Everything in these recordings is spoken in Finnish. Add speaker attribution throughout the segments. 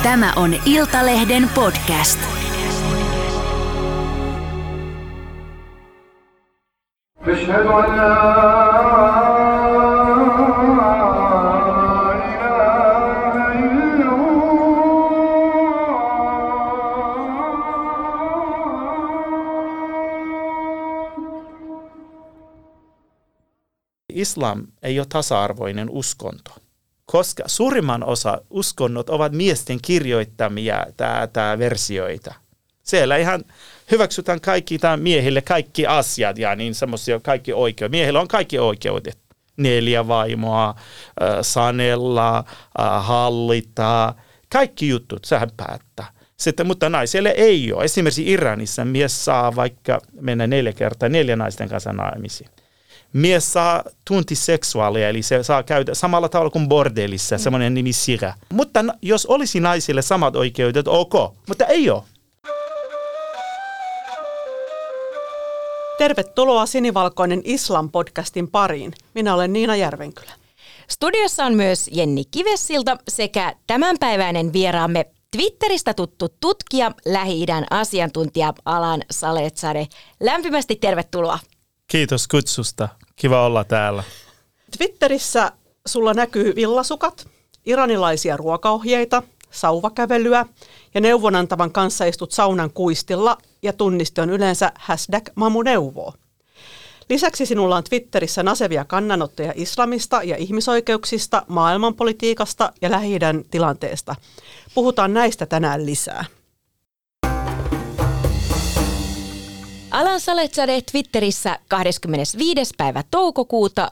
Speaker 1: Tämä on Iltalehden podcast.
Speaker 2: Islam ei ole tasa-arvoinen uskonto, koska suurimman osa uskonnot ovat miesten kirjoittamia versioita. Siellä ihan hyväksytään kaikki miehille kaikki asiat ja niin semmoisia kaikki oikeudet. Miehillä on kaikki oikeudet. 4 vaimoa, sanella, hallita, kaikki jutut, sehän päättää. Sitten, mutta naisille ei ole. Esimerkiksi Iranissa mies saa vaikka mennä 4 kertaa 4 naisten kanssa naimisiin. Mies saa tuntiseksuaalia, eli se saa käydä samalla tavalla kuin bordellissa, semmoinen nimi sira. Mutta jos olisi naisille samat oikeudet, ok, mutta ei ole.
Speaker 3: Tervetuloa Sinivalkoinen Islam-podcastin pariin. Minä olen Niina Järvenkylä.
Speaker 4: Studiossa on myös Jenni Kivessilta sekä tämänpäiväinen vieraamme Twitteristä tuttu tutkija, Lähi-idän asiantuntija Alan Salehzadeh. Lämpimästi tervetuloa.
Speaker 2: Kiitos kutsusta. Kiva olla täällä.
Speaker 3: Twitterissä sulla näkyy villasukat, iranilaisia ruokaohjeita, sauvakävelyä ja neuvonantavan kanssa istut saunan kuistilla ja tunniste on yleensä #mamuneuvoo. Lisäksi sinulla on Twitterissä nasevia kannanottoja islamista ja ihmisoikeuksista, maailmanpolitiikasta ja Lähi-idän tilanteesta. Puhutaan näistä tänään lisää.
Speaker 4: Alan Salehzadeh Twitterissä 25. päivä toukokuuta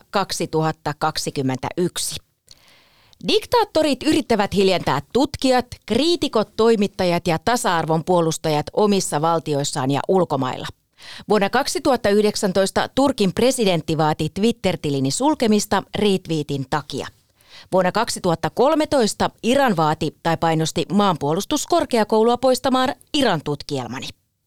Speaker 4: 2021. Diktaattorit yrittävät hiljentää tutkijat, kriitikot, toimittajat ja tasa-arvon puolustajat omissa valtioissaan ja ulkomailla. Vuonna 2019 Turkin presidentti vaati Twitter-tilini sulkemista retweetin takia. Vuonna 2013 Iran vaati tai painosti maanpuolustuskorkeakoulua poistamaan Iran-tutkielmani.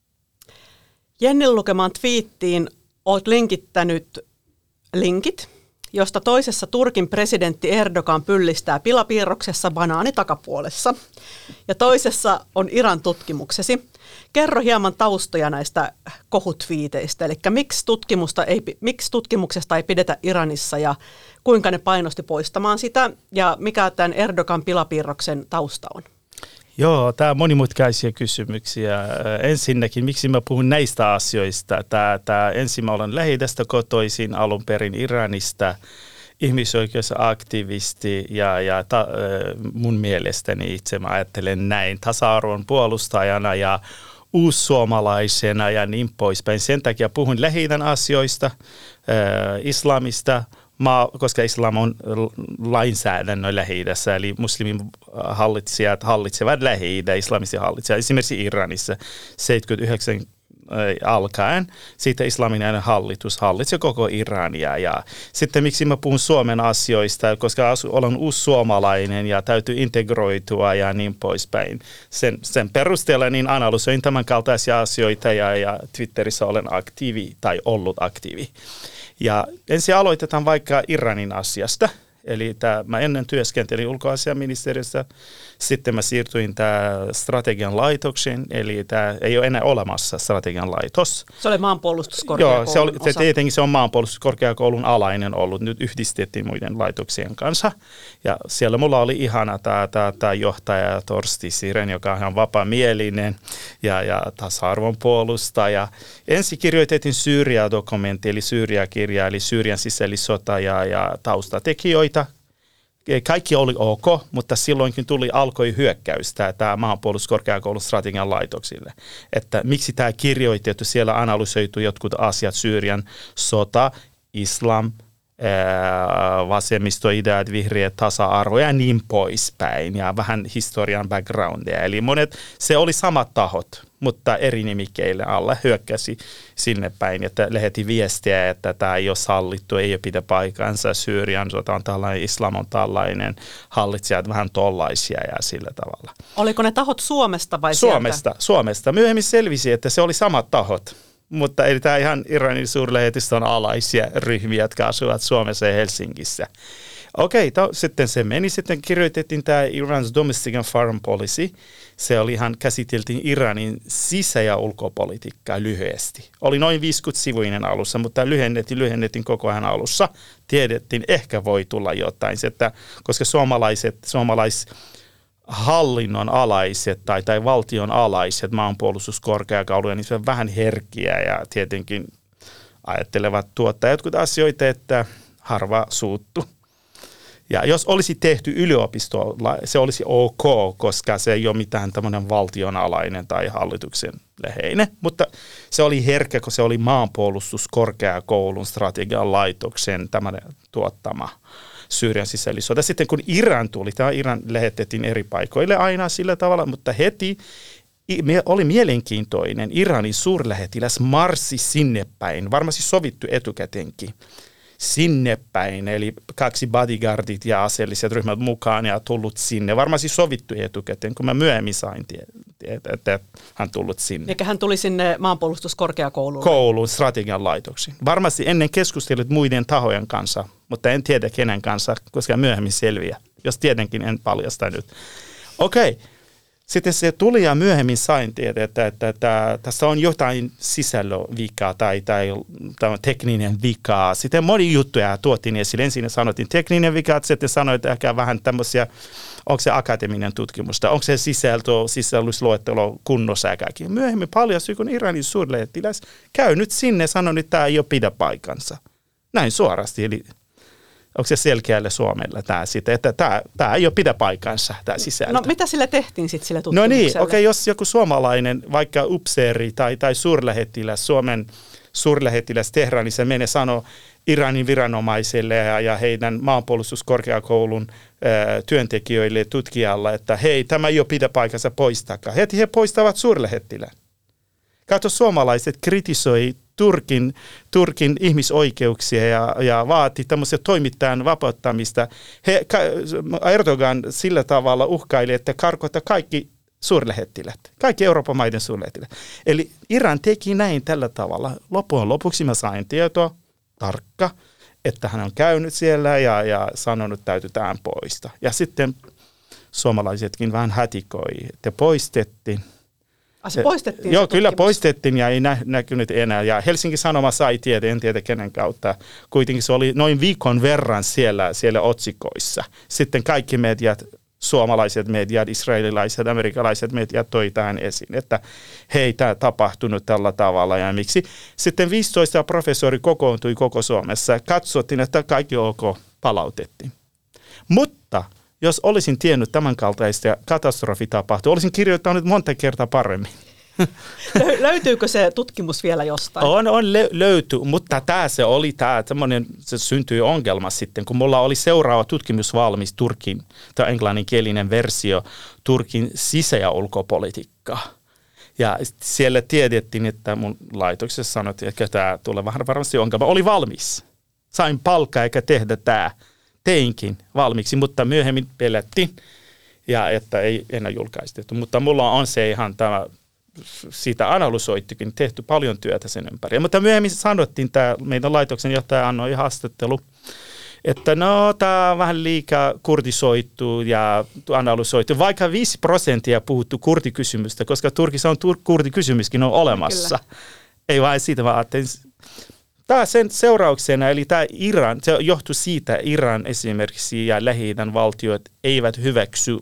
Speaker 3: Jennin lukemaan twiittiin olet linkittänyt linkit, josta toisessa Turkin presidentti Erdogan pyllistää pilapiirroksessa banaani takapuolessa ja toisessa on Iran tutkimuksesi. Kerro hieman taustoja näistä kohutviiteistä, eli miksi tutkimuksesta ei pidetä Iranissa ja kuinka ne painosti poistamaan sitä ja mikä tämän Erdogan pilapiirroksen tausta on?
Speaker 2: Joo, tämä on monimutkaisia kysymyksiä. Ensinnäkin, miksi mä puhun näistä asioista? Ensin mä olen Lähi-idästä kotoisin, alun perin Iranista, ihmisoikeusaktivisti ja mun mielestäni itse mä ajattelen näin tasa-arvon puolustajana ja uussuomalaisena ja niin poispäin. Sen takia puhun Lähi-idän asioista, islamista, koska islam on lainsäädännön Lähi-idässä, eli muslimin hallitsijat hallitsevat Lähi-itä, islamistin hallitsijat. Esimerkiksi Iranissa 79 alkaen siitä islaminen hallitus hallitsee koko Irania. Ja sitten miksi mä puhun Suomen asioista, koska olen uussuomalainen ja täytyy integroitua ja niin poispäin. Sen perusteella niin analysoin tämän kaltaisia asioita ja Twitterissä olen aktiivi tai ollut aktiivi. Ja ensin aloitetaan vaikka Iranin asiasta. Eli mä ennen työskentelin ulkoasiaministeriössä, sitten mä siirtyin strategian laitokseen, eli tämä ei ole enää olemassa strategian laitos.
Speaker 3: Se oli maanpuolustuskorkeakoulun
Speaker 2: Joo, tietenkin se on maanpuolustuskorkeakoulun alainen ollut, nyt yhdistettiin muiden laitoksien kanssa. Ja siellä mulla oli ihana tämä johtaja Torsti Siren, joka on ihan vapaamielinen ja tasa-arvon puolustaja. Ensin kirjoitettiin Syyria-dokumentti, eli Syyria-kirja, eli Syyrian sisällissota ja taustatekijöitä. Kaikki oli ok, mutta silloinkin alkoi hyökkäystä tämä maanpuolustuskorkeakoulun strategian laitoksille. Että miksi tämä kirjoitettu, siellä analysoitu jotkut asiat, Syyrian sota, islam, vasemmistoideat, vihreät, tasa-arvo ja niin poispäin. Ja vähän historian backgroundia. Eli se oli samat tahot, mutta eri nimikkeille alla hyökkäsi sinne päin, että lähetti viestiä, että tämä ei ole sallittu, ei ole pidä paikkansa, Syyrian sota on tällainen, islam on tällainen, hallitsijat vähän tollaisia ja sillä tavalla.
Speaker 3: Oliko ne tahot Suomesta vai
Speaker 2: Suomesta. Myöhemmin selvisi, että se oli samat tahot. Mutta eli tämä ihan Iranin suurlähetystön alaisia ryhmiä, jotka asuvat Suomessa ja Helsingissä. Okei, sitten se meni. Sitten kirjoitettiin tämä Iran's Domestic and Foreign Policy. Se oli käsiteltiin Iranin sisä- ja ulkopolitiikkaa lyhyesti. Oli noin 50-sivuinen alussa, mutta lyhennettiin koko ajan alussa. Tiedettiin, ehkä voi tulla jotain, koska suomalaishallinnon alaiset tai valtion alaiset maanpuolustuskorkeakouluja, niin se on vähän herkkiä ja tietenkin ajattelevat tuottaa jotkut asioita, että harva suuttu. Ja jos olisi tehty yliopistolla, se olisi ok, koska se ei ole mitään tämmöinen valtionalainen tai hallituksen läheinen. Mutta se oli herkkä, kun se oli maanpuolustuskorkeakoulun strategian laitoksen tämmöinen tuottama Syyrian sisällissota. Sitten kun Iran tuli, Iran lähetettiin eri paikoille aina sillä tavalla, mutta heti oli mielenkiintoinen. Iranin suurlähettiläs marssi sinne päin, varmasti sovittu etukäteenkin. Sinne päin, eli 2 bodyguardit ja aseelliset ryhmät mukaan ja tullut sinne. Varmasti sovittu etukäteen, kun mä myöhemmin sain että hän tullut sinne.
Speaker 3: Eikä hän tuli sinne maanpuolustuskorkeakouluun?
Speaker 2: Kouluun, strategian laitoksiin. Varmasti ennen keskustelut muiden tahojen kanssa, mutta en tiedä kenen kanssa, koska myöhemmin selviää. Jos tietenkin en paljasta nyt. Okei. Sitten se tuli ja myöhemmin sain tiedä, että tässä on jotain sisällövikaa tai tekninen vika. Sitten moni juttuja tuotiin esille. Ensin sanottiin tekninen vika, sitten sanoit ehkä vähän tämmöisiä, onko se akateeminen tutkimusta, onko se sisällysluettelo kunnossa ja kaikki. Myöhemmin paljastui, kun Iranin suurlähettiläs käy nyt sinne, sanoi, että tämä ei ole pidä paikkansa. Näin suorasti, eli onko se selkeälle Suomelle että tämä ei ole pidä paikkansa, tämä sisältö.
Speaker 3: No mitä sille tehtiin sitten sille tutkimukselle?
Speaker 2: No niin, okei, jos joku suomalainen, vaikka upseeri tai suurlähettiläs, Suomen suurlähettiläs Teheranissa menee sanoo Iranin viranomaisille ja heidän maanpuolustuskorkeakoulun työntekijöille, tutkijalle, että hei, tämä ei ole pidä paikkansa, poistakaa. Heti he poistavat suurlähettilään. Kato, suomalaiset kritisoi Turkin ihmisoikeuksia ja vaati tämmöisen toimittajan vapauttamista. Erdogan sillä tavalla uhkaili, että karkottaa kaikki suurlähettilät, kaikki Euroopan maiden suurlähettilät. Eli Iran teki näin tällä tavalla. Loppujen lopuksi mä sain tietoa tarkka, että hän on käynyt siellä ja sanonut, että täytytään poistaa. Ja sitten suomalaisetkin vähän hätikoi, että poistettiin.
Speaker 3: Se poistettiin?
Speaker 2: Joo, kyllä poistettiin ja ei näkynyt enää. Ja Helsingin Sanoma sai tiedä, en tiedä kenen kautta. Kuitenkin se oli noin viikon verran siellä otsikoissa. Sitten kaikki mediat, suomalaiset mediat, israelilaiset, amerikkalaiset mediat toi tähän esiin, että hei, tämä tapahtunut tällä tavalla ja miksi. Sitten 15 professori kokoontui koko Suomessa. Katsottiin, että kaikki ok, palautettiin. Mutta jos olisin tiennyt tämän kaltaista katastrofi tapahtuu, olisin kirjoittanut monta kertaa paremmin.
Speaker 3: Löytyykö se tutkimus vielä jostain?
Speaker 2: Löytyy, mutta se syntyi ongelma sitten, kun mulla oli seuraava tutkimus valmis Turkin, tai englanninkielinen versio Turkin sisä- ja ulkopolitiikkaa. Ja siellä tiedettiin, että mun laitoksessa sanottiin, että tämä tulee vähän varmasti ongelma. Oli valmis. Sain palkkaa eikä tehdä tämä. Teinkin valmiiksi, mutta myöhemmin pelättiin, ja että ei enää julkaistettu. Mutta mulla on se ihan tämä, siitä analysoittikin, tehty paljon työtä sen ympäri. Mutta myöhemmin sanottiin, tämä meidän laitoksen johtaja annoi haastattelu, että no, tämä on vähän liikaa kurdisoitu ja analysoitu, vaikka 5% puhuttu kurdikysymystä, koska Turkissa on kurdikysymyskin on olemassa. Kyllä. Ei vain siitä, vaan ajattelin. Tämä sen seurauksena, eli tämä Iran, se johtui siitä, Iran esimerkiksi ja Lähi-idän valtiot eivät hyväksy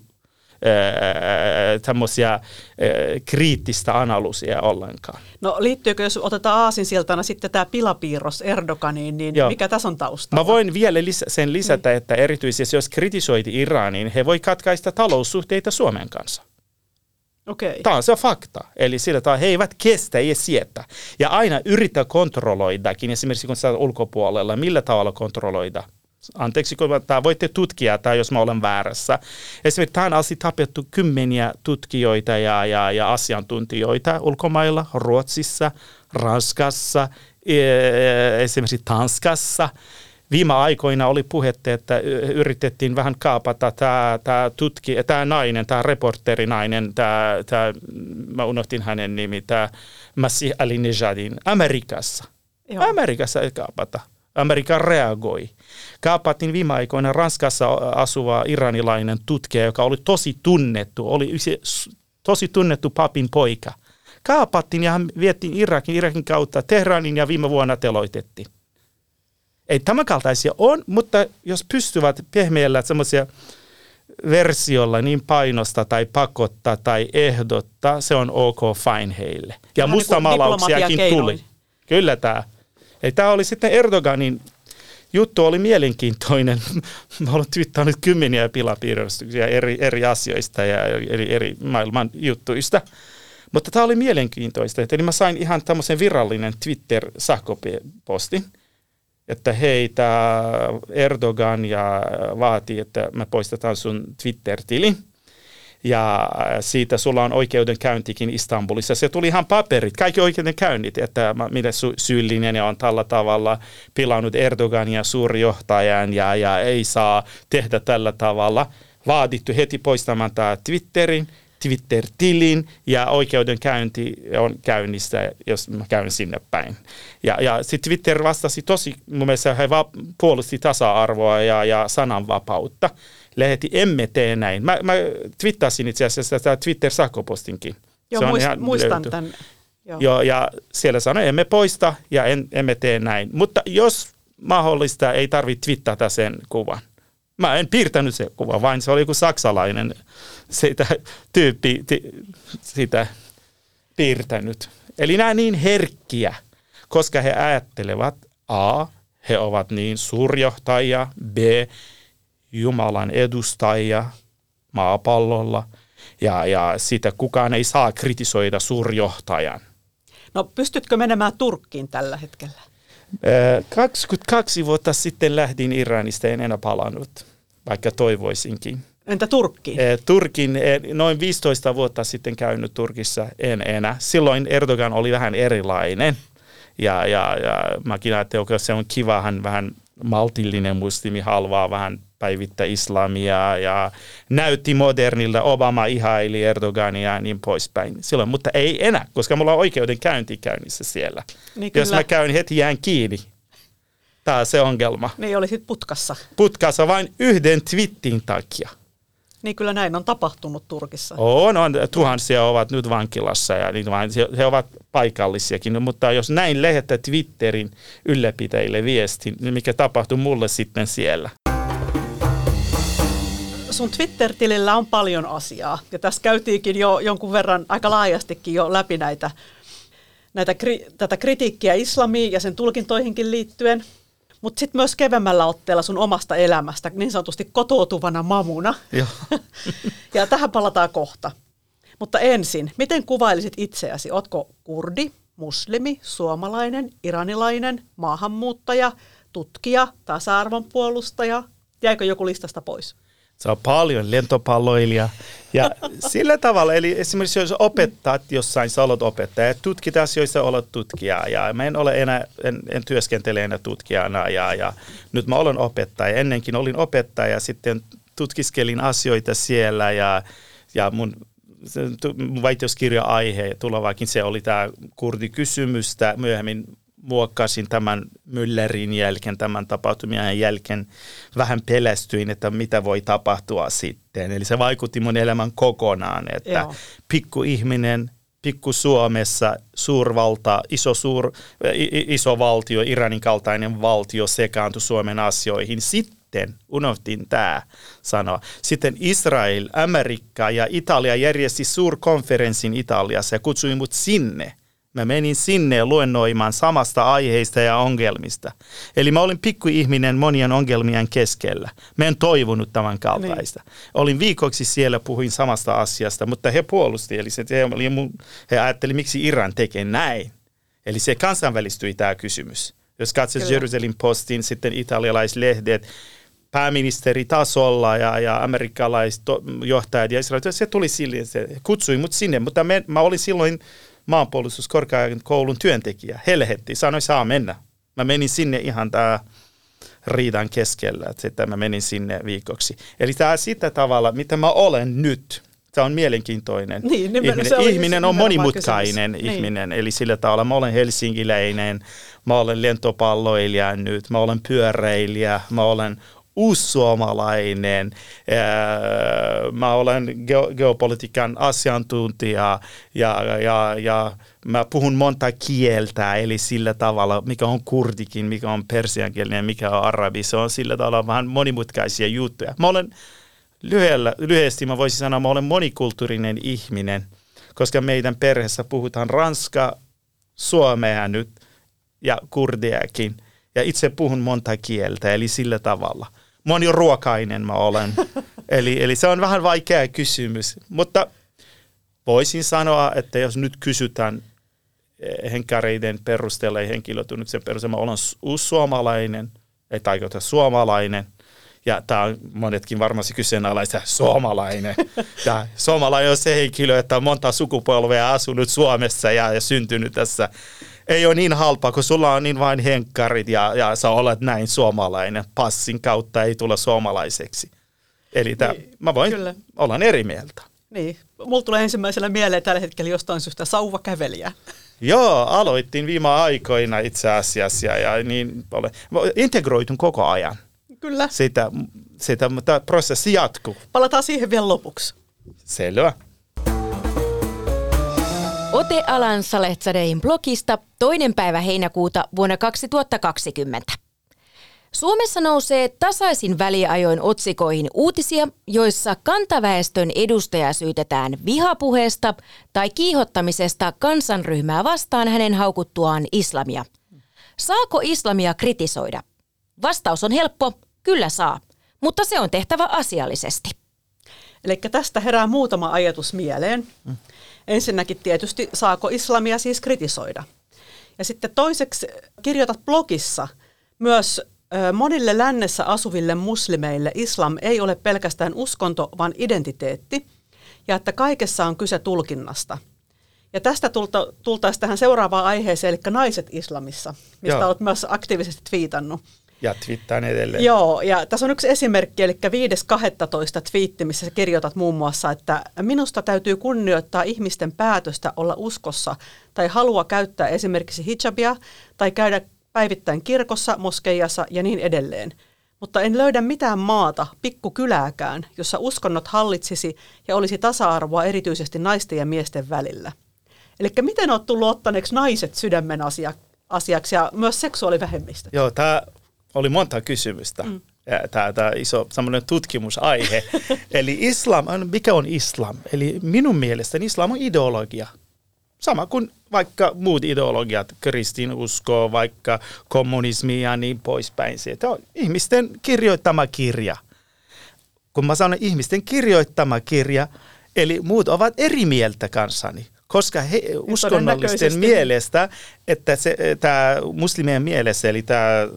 Speaker 2: tämmöisiä kriittistä analyysiä ollenkaan.
Speaker 3: No liittyykö, jos otetaan aasinsiltana sitten tämä pilapiirros Erdoganiin, niin joo, mikä tässä on taustalla?
Speaker 2: Mä voin vielä sen lisätä, että erityisesti jos kritisoiti Iraniin, he voi katkaista taloussuhteita Suomen kanssa.
Speaker 3: Okay.
Speaker 2: Tämä on se fakta. Eli sillä tavalla he eivät kestä ja sietä. Ja aina yrittää kontrolloidakin, esimerkiksi kun sä ulkopuolella, millä tavalla kontrolloida. Anteeksi, kun voitte tutkia, tai jos mä olen väärässä. Esimerkiksi tähän asti tapettu kymmeniä tutkijoita ja asiantuntijoita ulkomailla, Ruotsissa, Ranskassa, esimerkiksi Tanskassa. Viime aikoina oli puhetta, että yritettiin vähän kaapata tämä nainen, tämä reporterinainen, mä unohtin hänen nimi, tämä Masih Alinejadin, Amerikassa. Joo. Amerikassa ei kaapata. Amerikka reagoi. Kaapattiin viime aikoina Ranskassa asuva iranilainen tutkija, joka oli tosi tunnettu papin poika. Kaapattiin ja hän vietiin Irakin kautta Teheranin ja viime vuonna teloitettiin. Ei tämän kaltaisia on, mutta jos pystyvät pehmeällä semmoisia versiolla niin painosta tai pakottaa tai ehdottaa, se on ok fine heille. Ja mustamalauksiakin tuli. Kyllä tämä. Tämä oli sitten Erdoganin juttu oli mielenkiintoinen. Mä olen twittannut kymmeniä pilapiirrostuksia eri asioista ja eri maailman juttuista. Mutta tämä oli mielenkiintoista. Eli mä sain ihan tämmöisen virallinen Twitter-sähköpostin, että hei, tämä Erdogan ja vaatii, että me poistetaan sun Twitter-tili. Ja siitä sulla on oikeudenkäyntikin Istanbulissa. Se tuli ihan paperit, kaikki oikeudenkäynnit, että mitä syyllinen on tällä tavalla pilannut Erdogania suurjohtajan ja ei saa tehdä tällä tavalla. Vaadittu heti poistamaan tämä Twitter-tilin ja oikeudenkäynti on käynnissä, jos mä käyn sinne päin. Ja sitten Twitter vastasi tosi, mun mielestä he puolusti tasa-arvoa ja sananvapautta. Lähetti emme tee näin. Mä twittasin itse asiassa tätä Twitter-sähköpostinkin.
Speaker 3: Joo, muistan tämän.
Speaker 2: Joo, ja siellä sanoi, emme poista ja emme tee näin. Mutta jos mahdollista, ei tarvitse twittata sen kuvan. Mä en piirtänyt sen kuvan, vain se oli joku saksalainen tyyppi sitä piirtänyt. Eli nämä niin herkkiä, koska he ajattelevat A, he ovat niin suurjohtajia, B, Jumalan edustajia maapallolla ja sitä kukaan ei saa kritisoida suurjohtajan.
Speaker 3: No pystytkö menemään Turkkiin tällä hetkellä?
Speaker 2: 22 vuotta sitten lähdin Iranista, en enää palannut, vaikka toivoisinkin.
Speaker 3: Entä Turkkiin?
Speaker 2: Turkin noin 15 vuotta sitten käynyt Turkissa, en enää. Silloin Erdogan oli vähän erilainen ja mäkin ajattelin, että se on kiva, hän vähän maltillinen muslimi, halvaa vähän päivittää islamia ja näytti modernilta, Obama ihaili Erdogania ja niin poispäin. Silloin, mutta ei enää, koska mulla on oikeudenkäynti käynnissä siellä.
Speaker 3: Niin
Speaker 2: jos mä käyn heti jään kiinni. Tämä on se ongelma.
Speaker 3: Niin olisit putkassa.
Speaker 2: Putkassa vain yhden twittin takia.
Speaker 3: Niin kyllä näin on tapahtunut Turkissa.
Speaker 2: On tuhansia ovat nyt vankilassa ja he ovat paikallisiakin, mutta jos näin lähettää Twitterin ylläpitäjille viestin, niin mikä tapahtuu mulle sitten siellä?
Speaker 3: Sun Twitter-tilillä on paljon asiaa ja tässä käytiinkin jo jonkun verran aika laajastikin jo läpi tätä kritiikkiä islamiin ja sen tulkintoihinkin liittyen. Mutta sitten myös kevämmällä otteella sun omasta elämästä, niin sanotusti kotoutuvana mamuna. Ja tähän palataan kohta. Mutta ensin, miten kuvailisit itseäsi? Ootko kurdi, muslimi, suomalainen, iranilainen, maahanmuuttaja, tutkija, tasa-arvon puolustaja? Jäikö joku listasta pois?
Speaker 2: Se on paljon lentopalloilija. Ja sillä tavalla, eli esimerkiksi jos opettat jossain, sä olet opettaja, tutkit asioissa, olet tutkija. Ja mä en työskentele enää tutkijana ja nyt mä olen opettaja. Ennenkin olin opettaja, sitten tutkiskelin asioita siellä ja mun väitöskirja-aihe tulevakin se oli tämä kurdikysymystä. Myöhemmin muokkasin tämän Müllerin jälkeen, tämän tapahtumien jälkeen vähän pelästyin, että mitä voi tapahtua sitten. Eli se vaikutti mun elämän kokonaan, että pikkuihminen, pikku Suomessa, suurvalta, iso valtio, Iranin kaltainen valtio sekaantui Suomen asioihin. Sitten unohtin tämä sanoa. Sitten Israel, Amerikka ja Italia järjesti suurkonferenssin Italiassa ja kutsui mut sinne. Mä menin sinne luennoimaan samasta aiheista ja ongelmista. Eli mä olin pikkuihminen monien ongelmien keskellä. Mä en toivonut tämän kaltaista. Niin. Olin viikoksi siellä, puhuin samasta asiasta, mutta he puolusti. Eli he ajattelivat, miksi Iran tekee näin. Eli se kansainvälistyi tämä kysymys. Jos katsot Jerusalem Postin, sitten italialaislehdet, pääministeritasolla ja amerikkalaiset johtajat ja israelilaiset, se tuli sille, se kutsui mut sinne, mutta mä olin silloin maanpuolustuskorkeakoulun työntekijä. Helhetti, sanoi saa mennä. Mä menin sinne ihan tämä riidan keskellä, että mä menin sinne viikoksi. Eli tämä sitä tavalla, mitä mä olen nyt, Se on mielenkiintoinen.
Speaker 3: Niin,
Speaker 2: ihminen on monimutkainen ihminen, eli sillä tavalla mä olen helsinkiläinen, mä olen lentopalloilija nyt, mä olen pyöräilijä, mä olen uussuomalainen, mä olen geopolitiikan asiantuntija ja mä puhun monta kieltä, eli sillä tavalla, mikä on kurdikin, mikä on persiankielinen, mikä on arabi, se on sillä tavalla vähän monimutkaisia juttuja. Mä olen lyhyesti mä voisin sanoa, mä olen monikulttuurinen ihminen, koska meidän perheessä puhutaan ranskaa, suomea nyt ja kurdiakin. Ja itse puhun monta kieltä, eli sillä tavalla. Moniruokainen mä olen. eli se on vähän vaikea kysymys. Mutta voisin sanoa, että jos nyt kysytään henkkareiden perusteella ja henkilötunnuksen perusteella, mä olen uussuomalainen, ei tarkoita suomalainen. Ja tämä on monetkin varmasti kyseenalaista suomalainen. Ja suomalainen on se henkilö, että on monta sukupolvea asunut Suomessa ja syntynyt tässä. Ei ole niin halpaa, kun sulla on niin vain henkkarit ja sä olet näin suomalainen. Passin kautta ei tule suomalaiseksi. Eli mä voin olla eri mieltä.
Speaker 3: Niin. Mulla tulee ensimmäisenä mieleen tällä hetkellä jostain syystä sauvakävelijä.
Speaker 2: Joo, aloitin viime aikoina itse asiassa ja niin integroitun koko ajan.
Speaker 3: Kyllä.
Speaker 2: Tämä prosessi jatkuu.
Speaker 3: Palataan siihen vielä lopuksi.
Speaker 2: Selvä.
Speaker 4: Ote Alan Salehzadehin blogista 2. päivä heinäkuuta vuonna 2020. Suomessa nousee tasaisin väliajoin otsikoihin uutisia, joissa kantaväestön edustaja syytetään vihapuheesta tai kiihottamisesta kansanryhmää vastaan hänen haukuttuaan islamia. Saako islamia kritisoida? Vastaus on helppo, kyllä saa, mutta se on tehtävä asiallisesti.
Speaker 3: Eli tästä herää muutama ajatus mieleen. Ensinnäkin tietysti, saako islamia siis kritisoida? Ja sitten toiseksi kirjoitat blogissa myös monille lännessä asuville muslimeille islam ei ole pelkästään uskonto, vaan identiteetti, ja että kaikessa on kyse tulkinnasta. Ja tästä tultaisiin tähän seuraavaan aiheeseen, eli naiset islamissa, mistä olet myös aktiivisesti twiitannut.
Speaker 2: Ja twittaan edelleen.
Speaker 3: Joo, ja tässä on yksi esimerkki, eli 5.12. twiitti, missä kirjoitat muun muassa, että minusta täytyy kunnioittaa ihmisten päätöstä olla uskossa tai halua käyttää esimerkiksi hijabia tai käydä päivittäin kirkossa, moskeijassa ja niin edelleen. Mutta en löydä mitään maata, pikkukylääkään, jossa uskonnot hallitsisi ja olisi tasa-arvoa erityisesti naisten ja miesten välillä. Eli miten olet tullut ottaneeksi naiset sydämen asiaksi ja myös seksuaalivähemmistö?
Speaker 2: Joo, tämä oli monta kysymystä. Tämä iso semmoinen tutkimusaihe. Eli islam, mikä on islam? Eli minun mielestäni islam on ideologia. Sama kuin vaikka muut ideologiat, kristinusko, vaikka kommunismi ja niin poispäin. Se on ihmisten kirjoittama kirja. Kun mä sanon ihmisten kirjoittama kirja, eli muut ovat eri mieltä kanssani. Koska he uskonnollisten mielestä, että tämä muslimien mielessä, eli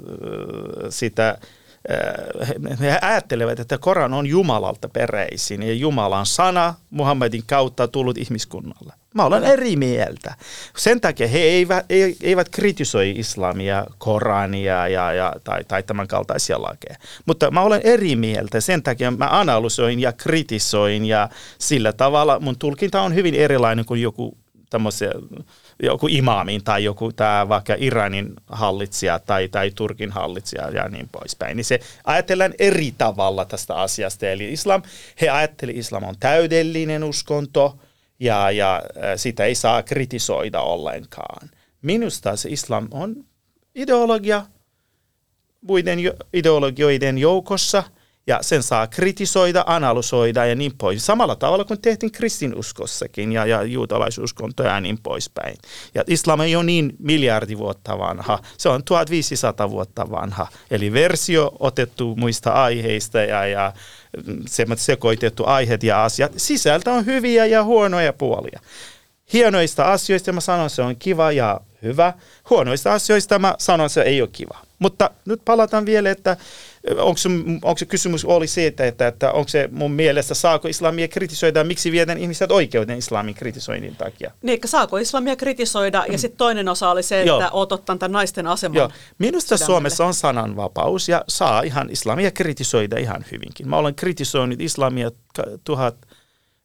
Speaker 2: he ajattelevat, että Koran on Jumalalta peräisin ja Jumalan sana Muhammedin kautta tullut ihmiskunnalle. Mä olen eri mieltä. Sen takia he eivät kritisoi islamia, Korania tai tämän kaltaisia lakeja. Mutta mä olen eri mieltä. Sen takia mä analysoin ja kritisoin ja sillä tavalla mun tulkinta on hyvin erilainen kuin joku imaamin tai joku vaikka Iranin hallitsija tai Turkin hallitsija ja niin poispäin. Niin se ajatellaan eri tavalla tästä asiasta. Eli he ajattelevat, islam on täydellinen uskonto ja sitä ei saa kritisoida ollenkaan. Minusta se islam on ideologia muiden ideologioiden joukossa. Ja sen saa kritisoida, analysoida ja niin pois. Samalla tavalla kuin tehtiin kristinuskossakin ja juutalaisuskontoja ja niin poispäin. Ja islam ei ole niin miljardi vuotta vanha. Se on 1500 vuotta vanha. Eli versio otettu muista aiheista ja sekoitettu aiheet ja asiat. Sisältö on hyviä ja huonoja puolia. Hienoista asioista mä sanon, se on kiva ja hyvä. Huonoista asioista mä sanon, se ei ole kiva. Mutta nyt palataan vielä, että onko se kysymys oli se, että onko se mun mielestä, saako islamia kritisoida, miksi viedään ihmiset oikeuden islamin kritisoinnin takia?
Speaker 3: Niin, saako islamia kritisoida, ja sitten toinen osa oli se, että oot ottanut tämän naisten aseman.
Speaker 2: Joo. Minusta Suomessa on sananvapaus ja saa ihan islamia kritisoida ihan hyvinkin. Mä olen kritisoinut islamia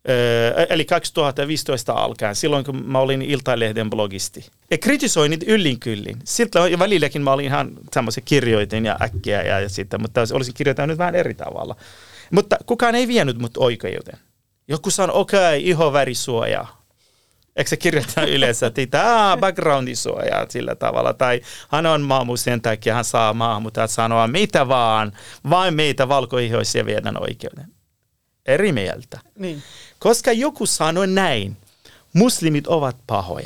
Speaker 2: eli 2015 alkaen, silloin kun mä olin Iltalehden blogisti. Ja kritisoin niitä yllin kyllin. Siltä välilläkin mä olin ihan semmoisia kirjoitin ja äkkiä ja sitä, mutta olisin kirjoittanut nyt vähän eri tavalla. Mutta kukaan ei vienyt mut oikeuteen. Joku sanoi, okei, ihonvärisuojaa. Eikö se kirjoittaa yleensä, että backgroundisuojaa sillä tavalla. Tai hän on maamu sen takia, hän saa maahanmuuttajat sanoa mitä vaan, vain meitä valkoihoisia viedään oikeuden. Eri mieltä.
Speaker 3: Niin.
Speaker 2: Koska joku sanoi näin, muslimit ovat pahoja.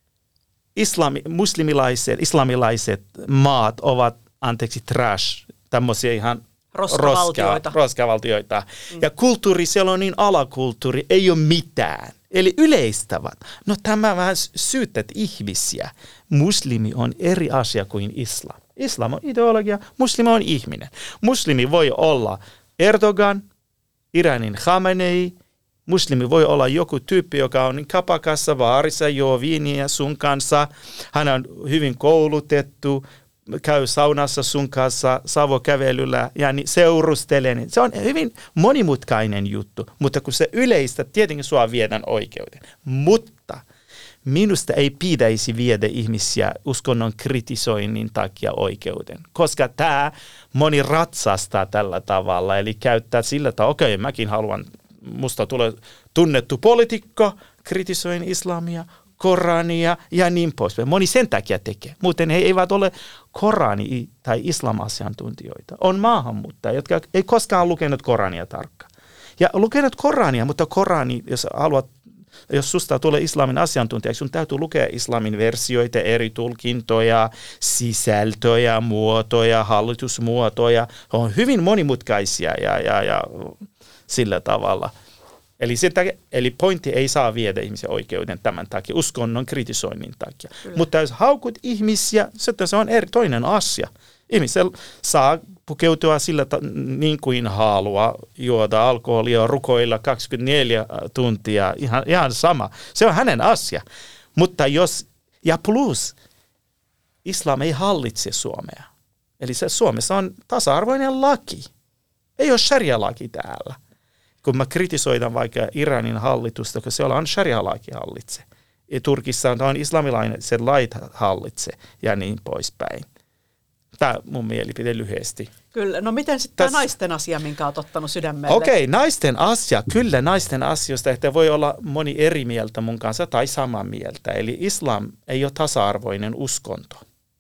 Speaker 2: Islamilaiset maat ovat, trash, tämmöisiä ihan roskavaltioita. Ja kulttuuri, siellä on niin alakulttuuri, ei ole mitään. Eli yleistävät. No tämä vähän syytät ihmisiä. Muslimi on eri asia kuin islam. Islam on ideologia, muslimi on ihminen. Muslimi voi olla Erdogan, Iranin Khamenei, muslimi voi olla joku tyyppi, joka on kapakassa, baarissa, juo viiniä sun kanssa. Hän on hyvin koulutettu, käy saunassa sun kanssa, savokävelyllä ja niin seurustelee. Se on hyvin monimutkainen juttu, mutta kun se yleistä, tietenkin sua viedään oikeuden. Mutta minusta ei pitäisi viedä ihmisiä uskonnon kritisoinnin takia oikeuden, koska tämä moni ratsastaa tällä tavalla, eli käyttää sillä tavalla, okei, mäkin haluan, musta tulee tunnettu poliitikko, kritisoin islamia, Korania ja niin poispäin. Moni sen takia tekee. Muuten he eivät ole Korani- tai islam-asiantuntijoita. On maahanmuuttajia, jotka ei koskaan lukenut Korania tarkkaan. Ja lukenut Korania, mutta Korani, jos susta tulee islamin asiantuntijaksi, sun täytyy lukea islamin versioita, eri tulkintoja, sisältöjä, muotoja, hallitusmuotoja. On hyvin monimutkaisia ja sillä tavalla. Eli pointti ei saa viedä ihmisen oikeuden tämän takia, uskonnon kritisoinnin takia. Kyllä. Mutta jos haukut ihmisiä, sitten se on toinen asia. Ihmisellä saa pukeutua sillä niin kuin haluaa, juoda alkoholia, rukoilla 24 tuntia, ihan sama. Se on hänen asia. Mutta plus, islam ei hallitse Suomea. Eli Suomessa on tasa-arvoinen laki. Ei ole sharia-laki täällä. Kun mä kritisoidan vaikka Iranin hallitusta, kun siellä on sharia-laki hallitse. Ja Turkissa on islamilaiset lait hallitse ja niin poispäin. Tämä mun mielipide lyhyesti.
Speaker 3: Kyllä. No miten sitten tämä naisten asia, minkä olet ottanut sydämelle?
Speaker 2: Okei, naisten asia. Kyllä naisten asioista, että voi olla moni eri mieltä mun kanssa tai samaa mieltä. Eli islam ei ole tasa-arvoinen uskonto.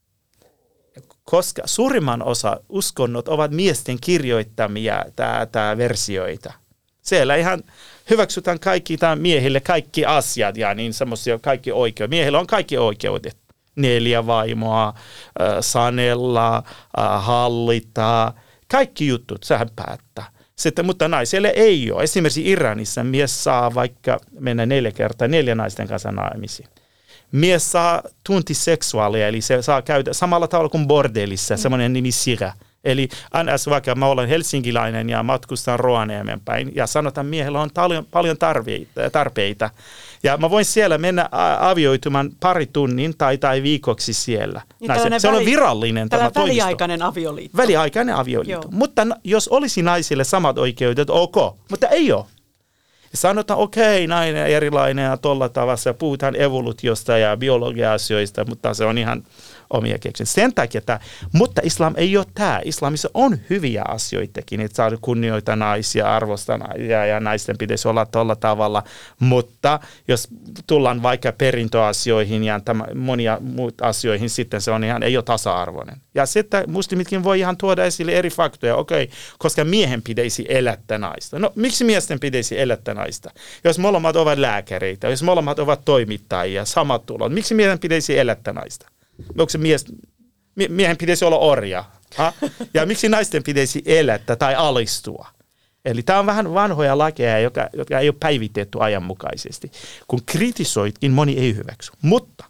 Speaker 2: Koska suurimman osa uskonnot ovat miesten kirjoittamia versioita. Siellä ihan hyväksytään kaikki miehille kaikki asiat ja niin semmoisia kaikki oikeudet. Miehillä on kaikki oikeudet. 4 vaimoa, sanella, hallita, kaikki jutut, sehän päättää. Sitten, mutta naiselle ei ole. Esimerkiksi Iranissa mies saa vaikka mennä 4 kertaa 4 naisten kanssa naimisiin. Mies saa tuntiseksuaalia, eli se saa käydä samalla tavalla kuin bordellissa, semmoinen nimi sira. Eli vaikka mä olen helsinkiläinen ja matkustan Rovaniemen päin ja sanotaan miehellä on paljon tarpeita. Ja mä voin siellä mennä avioitumaan pari tunnin tai viikoksi siellä. Se on virallinen tämä toimisto.
Speaker 3: Väliaikainen avioliitto.
Speaker 2: Väliaikainen avioliitto. Mutta jos olisi naisille samat oikeudet, ok. Mutta ei ole. Sanotaan, okei, nainen erilainen ja tuolla tavalla. Puhutaan evoluutiosta ja biologia-asioista, mutta se on ihan omia keksin. Sen takia, mutta islam ei ole tämä. Islamissa on hyviä asioitakin, että saa kunnioita naisia, arvostaa naisia ja naisten pitäisi olla tuolla tavalla. Mutta jos tullaan vaikka perintöasioihin ja monia muita asioihin, sitten se on ihan, ei ole tasa-arvoinen. Ja sitten muslimitkin voi ihan tuoda esille eri faktoja. Okei, koska miehen pitäisi elättää naista. No miksi miesten pitäisi elättää naista? Jos molemmat ovat lääkäreitä, jos molemmat ovat toimittajia, samat tulot, miksi miehen pitäisi elättää naista? Onko se miehen pitäisi olla orja? Ja miksi naisten pitäisi elättää tai alistua? Eli tämä on vähän vanhoja lakeja, jotka ei ole päivitetty ajanmukaisesti. Kun kritisoitkin, moni ei hyväksy. Mutta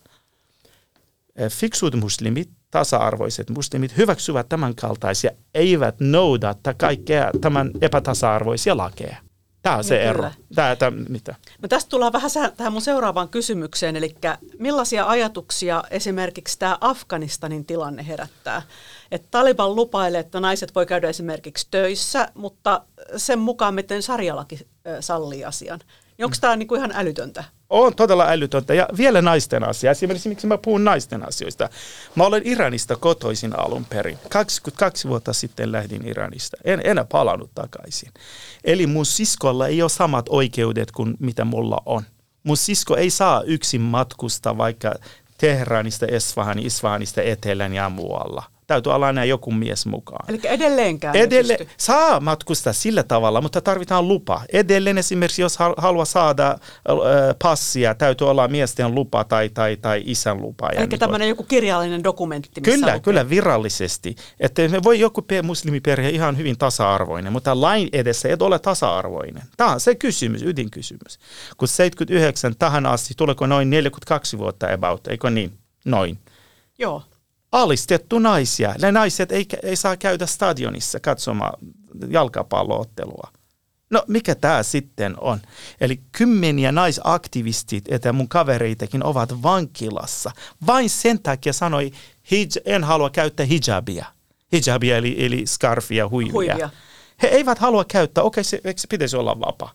Speaker 2: fiksut muslimit, tasa-arvoiset muslimit hyväksyvät tämän kaltaisia, eivät noudata kaikkea tämän epätasa-arvoisia lakeja. Tämä on se ero. Mitä?
Speaker 3: No tästä tullaan vähän tähän mun seuraavaan kysymykseen, eli millaisia ajatuksia esimerkiksi tämä Afganistanin tilanne herättää? Että Taliban lupailee, että naiset voi käydä esimerkiksi töissä, mutta sen mukaan, miten sarjalaki sallii asian, Onko tämä niinku ihan älytöntä?
Speaker 2: On todella älytöntä. Ja vielä naisten asia. Esimerkiksi miksi mä puhun naisten asioista. Mä olen Iranista kotoisin alun perin. 22 vuotta sitten lähdin Iranista. En enää palannut takaisin. Eli mun siskolla ei ole samat oikeudet kuin mitä mulla on. Mun sisko ei saa yksin matkustaa vaikka Teheranista, Isfahanista etelän ja muualla. Täytyy olla aina joku mies mukaan.
Speaker 3: Eli edelleenkään
Speaker 2: saa matkustaa sillä tavalla, mutta tarvitaan lupa. Edelleen esimerkiksi, jos haluaa saada passia, täytyy olla miesten lupa tai isän lupa.
Speaker 3: Eli tämmöinen joku kirjallinen dokumentti, missä
Speaker 2: Kyllä, virallisesti. Että me voi joku muslimiperhe ihan hyvin tasa-arvoinen, mutta lain edessä ei ole tasa-arvoinen. Tämä on se kysymys, ydinkysymys. Kun 79 tähän asti, tuleeko noin 42 vuotta about, eikö niin? Noin.
Speaker 3: Joo.
Speaker 2: Alistettu naisia. Ne naiset ei saa käydä stadionissa katsomaan jalkapalloottelua. No mikä tämä sitten on? Eli kymmeniä naisaktivistit, että mun kavereitakin ovat vankilassa. Vain sen takia sanoi, en halua käyttää hijabia. Hijabia eli skarfia, huivia. He eivät halua käyttää, se pitäisi olla vapaa.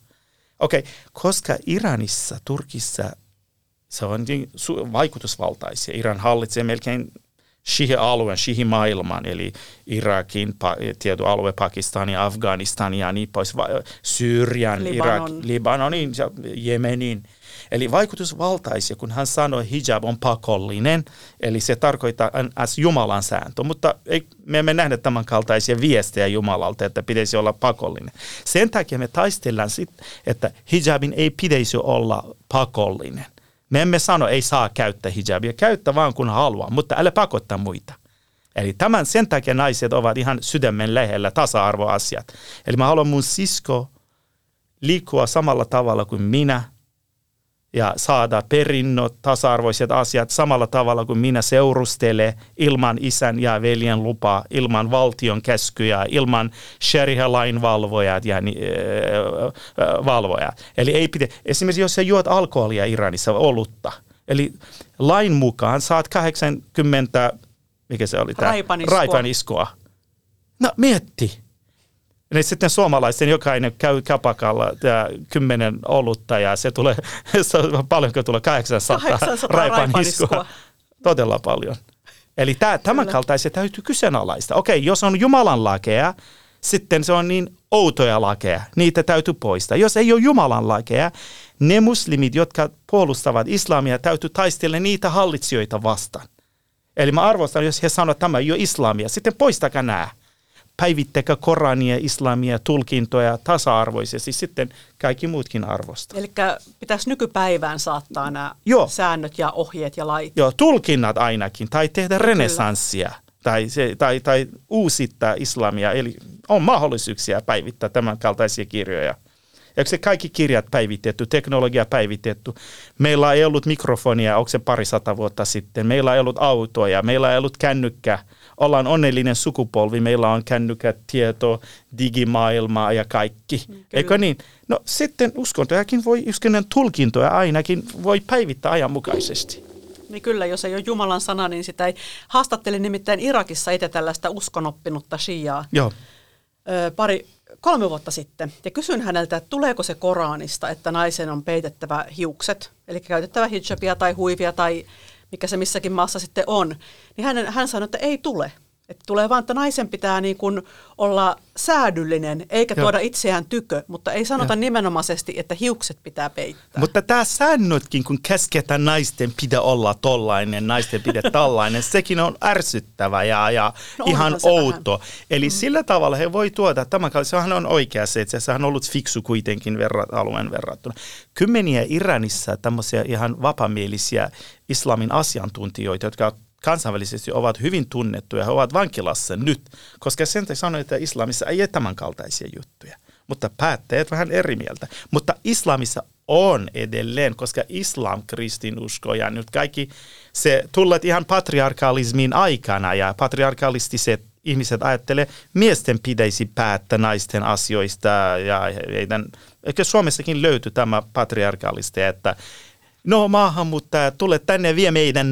Speaker 2: Koska Iranissa, Turkissa se on vaikutusvaltaisia. Iran hallitsee melkein Shihi-alueen, Shihi-maailman, eli Irakin, tietty alue, Pakistanin, Afganistanin ja niin pois, Syyrian, Libanonin, Jemenin. Eli vaikutusvaltaisia, kun hän sanoi, hijab on pakollinen, eli se tarkoittaa Jumalan sääntö, mutta me emme nähdä tämän kaltaisia viestejä Jumalalta, että pitäisi olla pakollinen. Sen takia me taistellaan sitten, että hijabin ei pitäisi olla pakollinen. Me emme sano, ei saa käyttää hijabia, käyttä vaan kun haluaa, mutta älä pakottaa muita. Eli sen takia naiset ovat ihan sydämen lähellä tasa-arvoasiat. Eli mä haluan mun sisko liikkua samalla tavalla kuin minä ja saada perinnöt, tasa-arvoiset asiat samalla tavalla kuin minä seurustele ilman isän ja veljen lupaa, ilman valtion käskyjä, ilman sharia-lain valvojat ja valvojat. Eli ei esimerkiksi jos sä juot alkoholia Iranissa, olutta, eli lain mukaan saat 80, mikä se oli tämä? Raipaniskua. No mietti. Ja sitten suomalaisten jokainen käy kapakalla 10 olutta ja se tulee, paljonko tulee 800 raipaniskua. Todella paljon. Eli tämän kaltaisia täytyy kyseenalaista. Jos on Jumalan lakeja, sitten se on niin outoja lakeja. Niitä täytyy poistaa. Jos ei ole Jumalan lakeja, ne muslimit, jotka puolustavat islamia, täytyy taistella niitä hallitsijoita vastaan. Eli mä arvostan, jos he sanoo, että tämä ei ole islamia, sitten poistakaa nämä. Päivittäkää Korania, islamia, tulkintoja tasa-arvoisesti, sitten kaikki muutkin arvostaa.
Speaker 3: Eli pitäisi nykypäivään saattaa nämä säännöt ja ohjeet ja lait.
Speaker 2: Joo, tulkinnat ainakin, tai tehdä renesanssia, tai uusittaa islamia, eli on mahdollisuuksia päivittää tämän kaltaisia kirjoja. Ja se kaikki kirjat päivitetty, teknologia päivitetty. Meillä ei ollut mikrofonia, onko se 200 vuotta sitten. Meillä ei ollut autoja, meillä ei ollut kännykkä. Ollaan onnellinen sukupolvi, meillä on kännykät, tieto, digimaailmaa ja kaikki. Kyllä. Eikö niin? No sitten uskontojakin uskonnon tulkintoja ainakin voi päivittää ajanmukaisesti.
Speaker 3: Niin kyllä, jos ei ole Jumalan sana, niin sitä ei. Haastattelin nimittäin Irakissa itse tällaista uskonoppinutta shiaa.
Speaker 2: Joo.
Speaker 3: 3 vuotta sitten. Ja kysyin häneltä, että tuleeko se Koranista, että naisen on peitettävä hiukset, eli käytettävä hijabia tai huivia tai mikä se missäkin maassa sitten on. Niin hän sanoi, että ei tule. Että tulee vaan, että naisen pitää niin kuin olla säädyllinen, eikä tuoda itseään tykö, mutta ei sanota nimenomaisesti, että hiukset pitää peittää.
Speaker 2: Mutta tämä säännötkin, kun käsketään naisten pitää olla tollainen, naisten pitää tällainen, sekin on ärsyttävä ja ihan outo. Vähän. Eli sillä tavalla he voi tuoda, sehän on oikea se, että sehän on ollut fiksu kuitenkin alueen verrattuna. Kymmeniä Iranissa tämmöisiä ihan vapamielisiä islamin asiantuntijoita, jotka kansainvälisesti ovat hyvin tunnettuja, he ovat vankilassa nyt, koska sen sanoi, että islamissa ei ole tämän kaltaisia juttuja. Mutta päättäjät vähän eri mieltä. Mutta islamissa on edelleen, koska islam, kristinusko ja nyt kaikki, se tullut ihan patriarkalismin aikana ja patriarkalistiset ihmiset ajattelee, miesten pitäisi päättää naisten asioista ja ehkä Suomessakin löytyy tämä patriarkalista, että no maahanmuuttajat, tule tänne ja vie meidän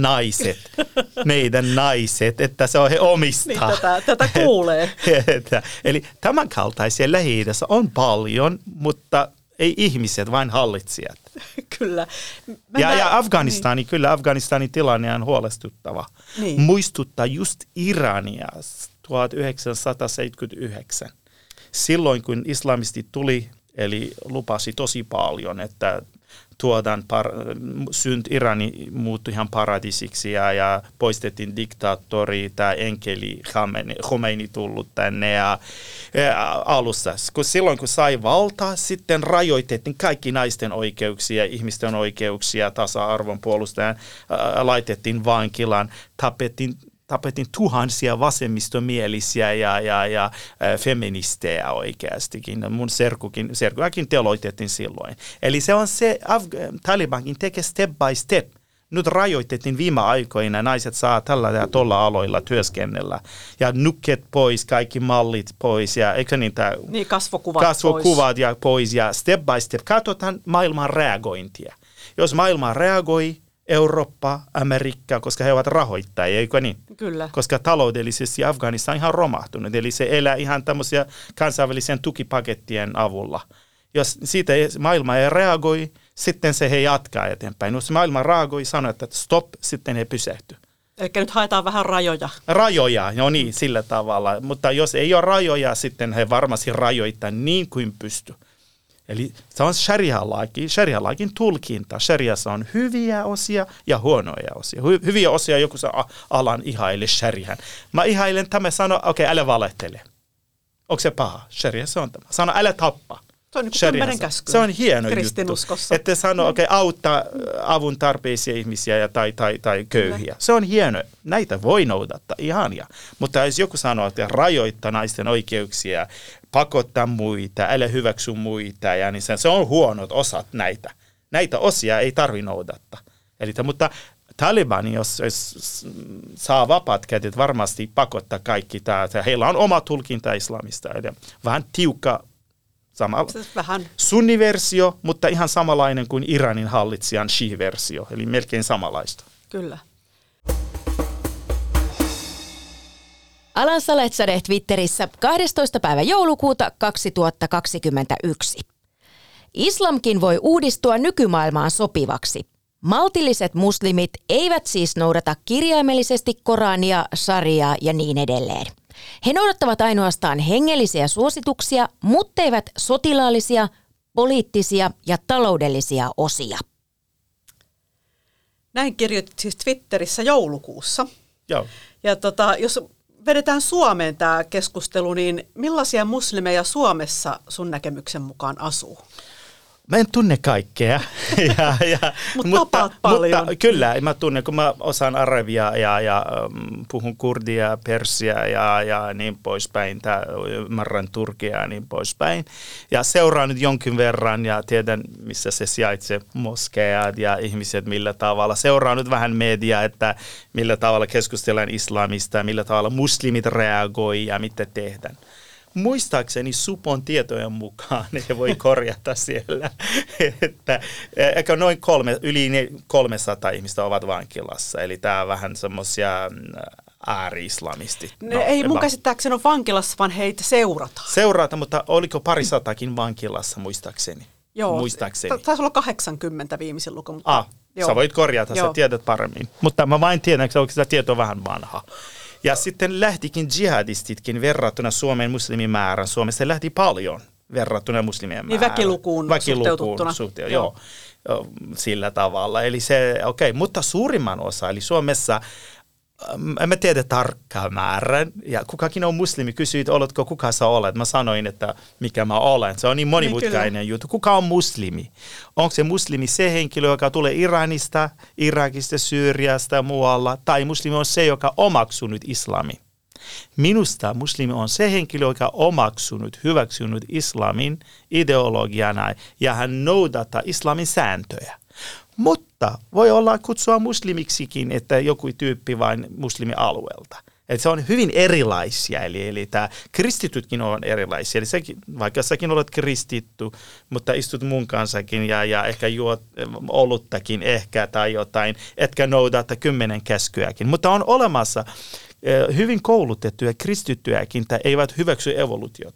Speaker 2: naiset, että se on he omistaa.
Speaker 3: Niin, tätä kuulee.
Speaker 2: Eli tämän kaltaisia Lähi-idässä on paljon, mutta ei ihmiset, vain hallitsijat.
Speaker 3: Kyllä.
Speaker 2: Ja Afganistani, kyllä Afganistanin tilanne on huolestuttava.
Speaker 3: Niin.
Speaker 2: Muistuttaa just Irania 1979. Silloin kun islamistit tuli, eli lupasi tosi paljon, että Irani muuttui ihan paradiisiksi ja poistettiin diktaattori, tämä enkeli Khomeini tullut tänne ja alussa. Silloin kun sai valtaa, sitten rajoitettiin kaikki naisten oikeuksia, ihmisten oikeuksia, tasa-arvon puolustajan, laitettiin vankilaan, tapettiin tuhansia vasemmistomielisiä ja feministejä oikeastikin. Mun serkuakin teloitettiin silloin. Eli se on se, Talibankin tekee step by step. Nyt rajoitettiin viime aikoina, naiset saa tällä ja tuolla aloilla työskennellä. Ja nukket pois, kaikki mallit pois. Ja eikö niitä kasvokuvat pois. Ja step by step. Katsotaan maailman reagointia. Jos maailma reagoi, Eurooppa, Amerikka, koska he ovat rahoittajia, eikö niin?
Speaker 3: Kyllä. Koska
Speaker 2: taloudellisesti Afganistan on ihan romahtunut, eli se elää ihan tämmöisiä kansainvälisen tukipakettien avulla. Jos siitä maailma ei reagoi, sitten se he jatkaa eteenpäin. Jos maailma reagoi, sanoo, että stop, sitten he pysähtyy.
Speaker 3: Eli nyt haetaan vähän rajoja.
Speaker 2: Rajoja, no niin, sillä tavalla. Mutta jos ei ole rajoja, sitten he varmasti rajoittaa niin kuin pystyy. Eli se on sharia-lakin tulkinta. Shariassa on hyviä osia ja huonoja osia. Hyviä osia joku alan ihaile sharian. Mä ihailen tämä sano, okei, älä valehtele. Onko se paha? Shariassa on tämä. Sano, älä tappa.
Speaker 3: Se on niin kuin 10 käskyä.
Speaker 2: Se on hieno juttu. Että sano, auttaa avun tarpeisia ihmisiä tai köyhiä. Se on hieno. Näitä voi noudattaa, ihania. Mutta jos joku sanoo, että rajoittaa naisten oikeuksia, pakottaa muita, älä hyväksy muita, ja niin se on huonot osat näitä. Näitä osia ei tarvitse noudattaa. Mutta Taliban, jos saa vapaat kädet, varmasti pakottaa kaikki tämä. Heillä on oma tulkinta islamista. Vähän tiukka.
Speaker 3: Vähän
Speaker 2: sunniversio, mutta ihan samanlainen kuin Iranin hallitsijan Shii-versio, eli melkein samanlaista.
Speaker 3: Kyllä.
Speaker 4: Alan Saletsade Twitterissä 12. päivä joulukuuta 2021. Islamkin voi uudistua nykymaailmaan sopivaksi. Maltilliset muslimit eivät siis noudata kirjaimellisesti Korania, shariaa ja niin edelleen. He noudattavat ainoastaan hengellisiä suosituksia, mutta eivät sotilaallisia, poliittisia ja taloudellisia osia.
Speaker 3: Näin kirjoitit siis Twitterissä joulukuussa.
Speaker 2: Joo.
Speaker 3: Ja jos vedetään Suomeen tämä keskustelu, niin millaisia muslimeja Suomessa sun näkemyksen mukaan asuu?
Speaker 2: Mä en tunne kaikkea.
Speaker 3: Mutta
Speaker 2: kyllä, mä tunnen, kun mä osaan arabia ja puhun kurdia, persiä ja niin poispäin. Ymmärrän turkia ja niin poispäin. Ja seuraan nyt jonkin verran ja tiedän, missä se sijaitsee, moskeat ja ihmiset millä tavalla. Seuraan nyt vähän mediaa, että millä tavalla keskustellaan islamista, millä tavalla muslimit reagoi ja mitä tehdään. Muistaakseni Supon tietojen mukaan he voi korjata siellä, että noin yli 300 ihmistä ovat vankilassa. Eli tämä on vähän semmoisia ääri-islamistit.
Speaker 3: Ei mun käsittääkseni ole vankilassa, vaan heitä seurataan.
Speaker 2: Seurataan, mutta oliko parisatakin vankilassa muistaakseni?
Speaker 3: Joo, taisi olla 80 viimeisin luku. Mutta
Speaker 2: sä voit korjata, sä tiedät paremmin. Mutta mä vain tiedän, että sitä tieto vähän vanha. Ja sitten lähtikin jihadistitkin verrattuna Suomen muslimimäärän. Suomessa lähti paljon verrattuna muslimien määrään.
Speaker 3: Väkilukuun suhteutettuna.
Speaker 2: Joo, sillä tavalla. Eli se, mutta suurimman osa, eli Suomessa, emme tiedä tarkkaa määrän. Ja kukakin on muslimi, kysyit, oletko kuka sä olet? Mä sanoin, että mikä mä olen. Se on niin monimutkainen juttu. Kuka on muslimi? Onko se muslimi se henkilö, joka tulee Iranista, Irakista, Syyriasta ja muualla? Tai muslimi on se, joka omaksunut islamin? Minusta muslimi on se henkilö, joka omaksunut, hyväksynyt islamin ideologiana ja hän noudattaa islamin sääntöjä. Mutta voi olla kutsua muslimiksikin, että joku tyyppi vain muslimialueelta. Eli se on hyvin erilaisia, eli tämä kristitytkin on erilaisia. Eli sekin, vaikka säkin olet kristitty, mutta istut mun kanssakin ja ehkä juot oluttakin ehkä tai jotain, etkä noudata 10 käskyäkin. Mutta on olemassa hyvin koulutettuja kristittyjäkin, tai eivät hyväksy evoluutiota.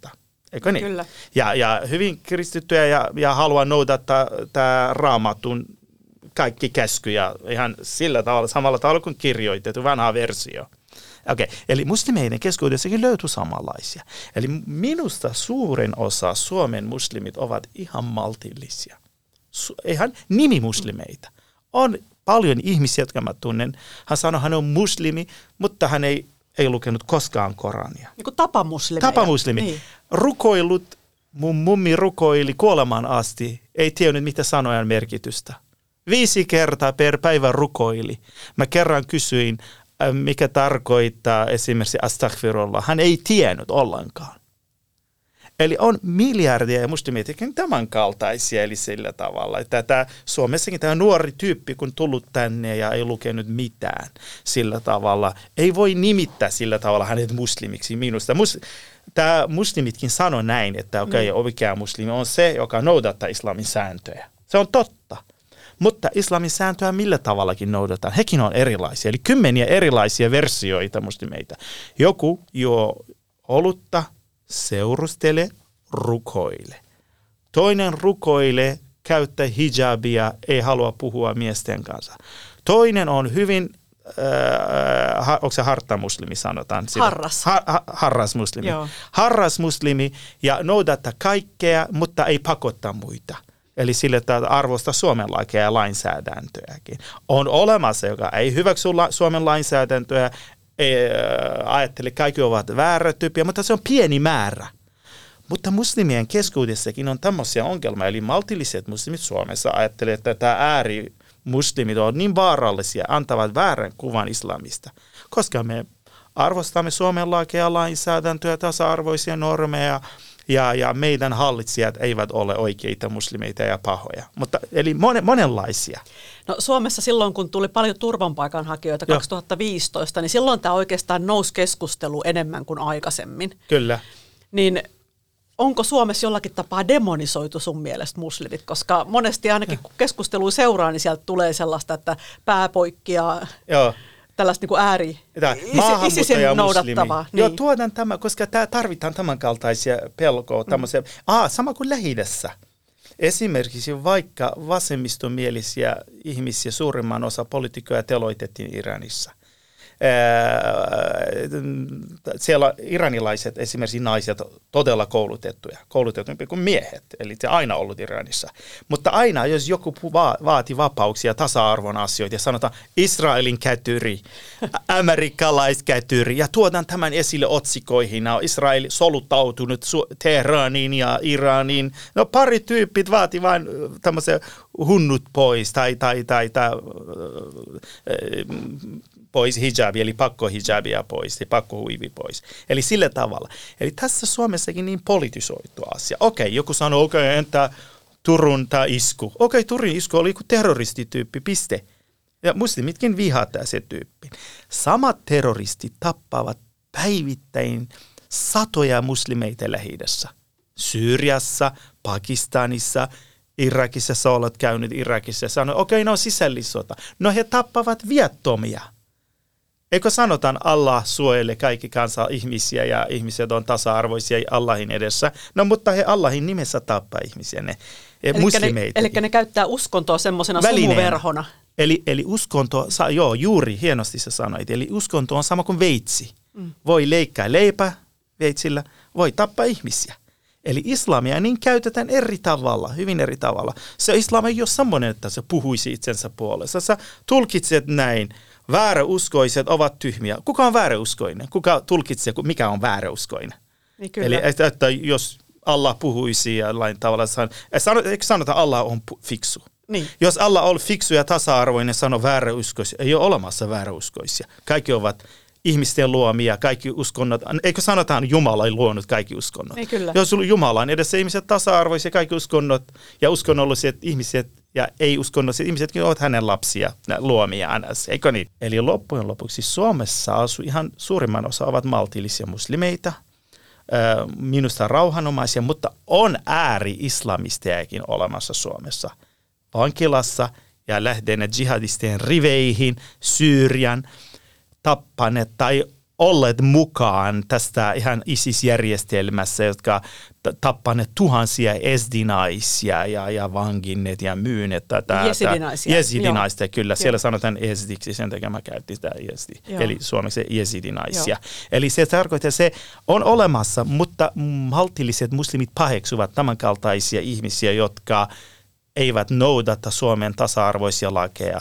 Speaker 2: Eikö niin?
Speaker 3: Kyllä.
Speaker 2: Ja hyvin kristittyjä ja haluaa noudattaa tämä Raamatun kaikki käskyjä ihan sillä tavalla, samalla tavalla kuin kirjoitettu, vanha versio. Okay. Eli muslimeiden keskuudessakin löytyy samanlaisia. Eli minusta suurin osa Suomen muslimit ovat ihan maltillisia. Ihan nimimuslimeita. On paljon ihmisiä, jotka mä tunnen. Hän sanoo, hän on muslimi, mutta hän ei lukenut koskaan Korania.
Speaker 3: Niin kuin tapamuslimeja.
Speaker 2: Tapamuslimi. Niin. Rukoilut, mun mummi rukoili kuolemaan asti, ei tiennyt mitä sanojan merkitystä. 5 kertaa per päivä rukoili. Mä kerran kysyin, mikä tarkoittaa esimerkiksi astaghfirullah. Hän ei tiennyt ollenkaan. Eli on miljardia muslimeitakin tämän kaltaisia, eli sillä tavalla. Että Suomessakin tämä nuori tyyppi, kun tullut tänne ja ei lukenut mitään sillä tavalla, ei voi nimittää sillä tavalla hänet muslimiksi minusta. Tämä muslimitkin sanoo näin, että oikea muslimi on se, joka noudattaa islamin sääntöjä. Se on totta. Mutta islamin sääntöä millä tavallakin noudataan. Hekin on erilaisia, eli 10 erilaisia versioita muslimeita. Joku juo olutta, seurustele, rukoile. Toinen rukoile, käyttää hijabia, ei halua puhua miesten kanssa. Toinen on hyvin, onko se hartamuslimi sanotaan? Harrasmuslimi. Harrasmuslimi ja noudattaa kaikkea, mutta ei pakottaa muita. Eli sille, että arvostaa Suomen lakia ja lainsäädäntöäkin. On olemassa, joka ei hyväksy Suomen lainsäädäntöä, ajattele, kaikki ovat väärä tyyppiä, mutta se on pieni määrä. Mutta muslimien keskuudessakin on tämmöisiä ongelmia, eli maltilliset muslimit Suomessa ajattelevat, että tämä äärimuslimit on niin vaarallisia, antavat väärän kuvan islamista, koska me arvostamme Suomen lakia ja lainsäädäntöä, tasa-arvoisia normeja, ja meidän hallitsijat eivät ole oikeita muslimeita ja pahoja, mutta eli monenlaisia.
Speaker 3: No Suomessa silloin, kun tuli paljon turvapaikanhakijoita 2015, niin silloin tämä oikeastaan nousi keskustelu enemmän kuin aikaisemmin.
Speaker 2: Kyllä.
Speaker 3: Niin onko Suomessa jollakin tapaa demonisoitu sun mielestä muslimit? Koska monesti ainakin kun keskustelua seuraa, niin sieltä tulee sellaista, että pää poikkeaa. Joo. Tällaista niin kuin ISISin noudattavaa.
Speaker 2: Niin. Joo, tuodaan tämä, koska tarvitaan tämän kaltaisia pelkoa. Sama kuin Lähi-idässä. Esimerkiksi vaikka vasemmistomielisiä ihmisiä, suurimman osa poliitikkoja teloitettiin Iranissa. Siellä iranilaiset, esimerkiksi naiset, todella koulutettuja kuin miehet, eli se aina ollut Iranissa. Mutta aina, jos joku vaati vapauksia, tasa-arvon asioita ja sanotaan Israelin kätyri, amerikkalaiskätyri, ja tuodaan tämän esille otsikoihin, Israel soluttautunut Teheraniin ja Iraniin, no pari tyyppit vaati vain tämmöisen hunnut pois tai pois hijabia, eli pakkohijabia pois, ja pakkohuivi pois. Eli sillä tavalla. Eli tässä Suomessakin niin politisoitu asia. Okei, joku sanoo, entä Turun tämä isku? Turun isku oli joku terroristityyppi, piste. Ja muslimitkin vihataan se tyyppi. Samat terroristit tappavat päivittäin satoja muslimeita Lähi-idässä. Syyriassa, Pakistanissa, Irakissa, sä olet käynyt Irakissa ja sanoo, no sisällissota. No he tappavat viattomia. Eikö sanotaan, Allah suojelee kaikki ihmisiä ja ihmiset on tasa-arvoisia Allahin edessä? No mutta he Allahin nimessä tappaa ihmisiä, muslimeita.
Speaker 3: Eli ne käyttää uskontoa semmoisena sumuverhona.
Speaker 2: Eli uskonto, juuri hienosti sä sanoit, eli uskonto on sama kuin veitsi. Voi leikkaa leipää veitsillä, voi tappaa ihmisiä. Eli islamia niin käytetään eri tavalla, hyvin eri tavalla. Se islam ei ole semmoinen, että se puhuisi itsensä puolesta. Sä tulkitset näin. Vääräuskoiset ovat tyhmiä. Kuka on vääräuskoinen? Kuka tulkitsee, mikä on vääräuskoinen?
Speaker 3: Niin kyllä.
Speaker 2: Eli että jos Allah puhuisi jollain tavalla, eikö sanota, että Allah on fiksu?
Speaker 3: Niin.
Speaker 2: Jos Allah on fiksu ja tasa-arvoinen, sanoo vääräuskoisia. Ei ole olemassa vääräuskoisia. Kaikki ovat ihmisten luomia, kaikki uskonnot. Eikö sanotaan, Jumala ei luonut kaikki uskonnot?
Speaker 3: Niin kyllä.
Speaker 2: Jos Jumala on edessä ihmiset tasa-arvoisia, kaikki uskonnot ja uskonnolliset ihmiset ja ei-uskonnolliset ihmisetkin ovat hänen lapsia, luomia, eikö niin? Eli loppujen lopuksi Suomessa asuu ihan suurimman osa ovat maltillisia muslimeita, minusta rauhanomaisia, mutta on ääri-islamistejakin olemassa Suomessa. Vankilassa ja lähdenneet jihadistien riveihin, Syyrian, tappaneet tai olleet mukaan tästä ihan ISIS-järjestelmässä, jotka tappaneet tuhansia esdinaisia ja vanginneet ja myyneet tätä. Jesidinaisia, kyllä. Siellä sanotaan esdiksi, sen takia mä käytin sitä esdi. Eli suomeksi jesidinaisia. Eli se tarkoittaa, että se on olemassa, mutta maltilliset muslimit paheksuvat tämänkaltaisia ihmisiä, jotka eivät noudata Suomen tasa-arvoisia lakeja.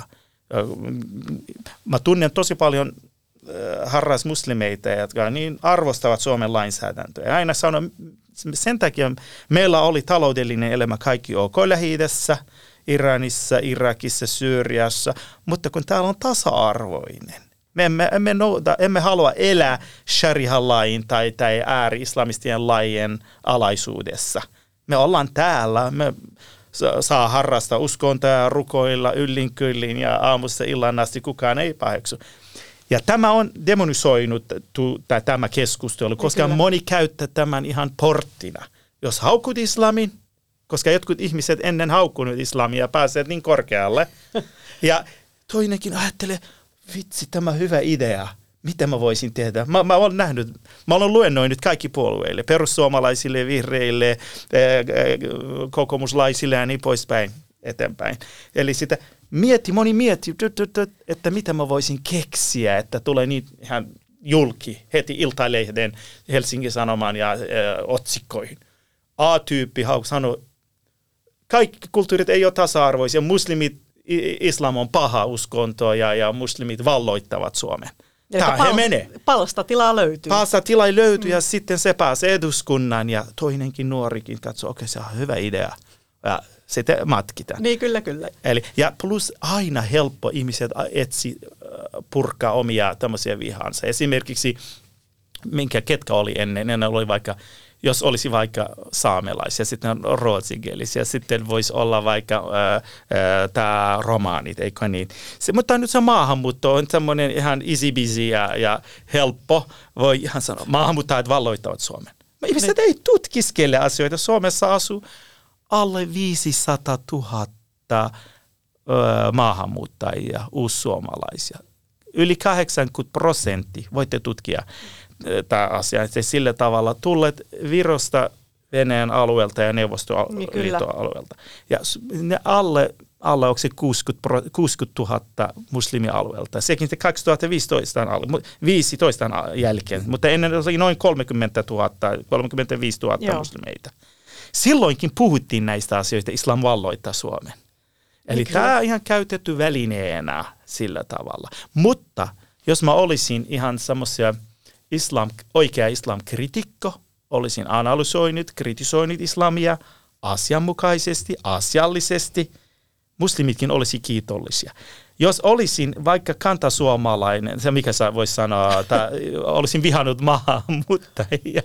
Speaker 2: Mä tunnen tosi paljon harrasmuslimeita, jotka niin arvostavat Suomen lainsäädäntöä. Ja aina sanon, sen takia meillä oli taloudellinen elämä kaikki ok Lähi-idässä, Iranissa, Irakissa, Syyriassa, mutta kun täällä on tasa-arvoinen. Me emme halua elää sharia-lain tai ääri-islamistien lajien alaisuudessa. Me ollaan täällä, me saa harrastaa uskontoa, rukoilla yllin kyllin ja aamusta illan asti kukaan ei paheksu. Ja tämä on demonisoinut tämä keskustelu, koska moni käyttää tämän ihan porttina. Jos haukut islamin, koska jotkut ihmiset ennen haukkunut islamia ja pääsevät niin korkealle. Ja toinenkin ajattelee, vitsi, tämä on hyvä idea. Mitä mä voisin tehdä? Mä olen luennoinut kaikki puolueille, perussuomalaisille, vihreille, kokoomuslaisille ja niin poispäin eteenpäin. Eli sitä moni miettii, että mitä mä voisin keksiä, että tulee niin ihan julki heti Iltalehden, Helsingin Sanomaan ja otsikkoihin. A-tyyppi sanoo, kaikki kulttuurit ei ole tasa-arvoisia, muslimit, islam on paha uskonto ja muslimit valloittavat Suomen. Tämä menee.
Speaker 3: Palstatilaa löytyy.
Speaker 2: Palstatilaa löytyy ja sitten se pääsee eduskunnan ja toinenkin nuorikin katsoo, okei, se on hyvä idea. Ja sitten matkitaan.
Speaker 3: Niin, kyllä.
Speaker 2: Eli, ja plus aina helppo ihmiset purkaa omia tämmöisiä vihansa. Esimerkiksi, ketkä oli ennen oli vaikka, jos olisi vaikka saamelaisia, sitten ruotsinkielisiä, sitten voisi olla vaikka tämä romaanit, eikö niin? Mutta nyt se maahanmuutto on semmoinen ihan easy-busy ja helppo, voi ihan sanoa, maahanmuuttajat valloittavat Suomen. Ihmiset ei tutkiskele asioita. Suomessa asuu alle 500 000 maahanmuuttajia, uussuomalaisia. Yli 80%, voitte tutkia tämä asia, että sillä tavalla tulleet Virosta, Venäjän alueelta ja Neuvostoliiton alueelta. Ja ne alle onko se 60 000 muslimialueelta. Sekin 2015 jälkeen, mutta ennen oli noin 30 000, 35 000 muslimeita. Silloinkin puhuttiin näistä asioista, islam valloittaa Suomen. Eli tämä on ihan käytetty välineenä sillä tavalla. Mutta jos mä olisin ihan semmoisia oikea islam-kritikko, olisin analysoinut, kritisoinut islamia asianmukaisesti, asiallisesti, muslimitkin olisi kiitollisia. Jos olisin vaikka kantasuomalainen, se mikä sä vois sanoa, olisin vihannut maahanmuuttajia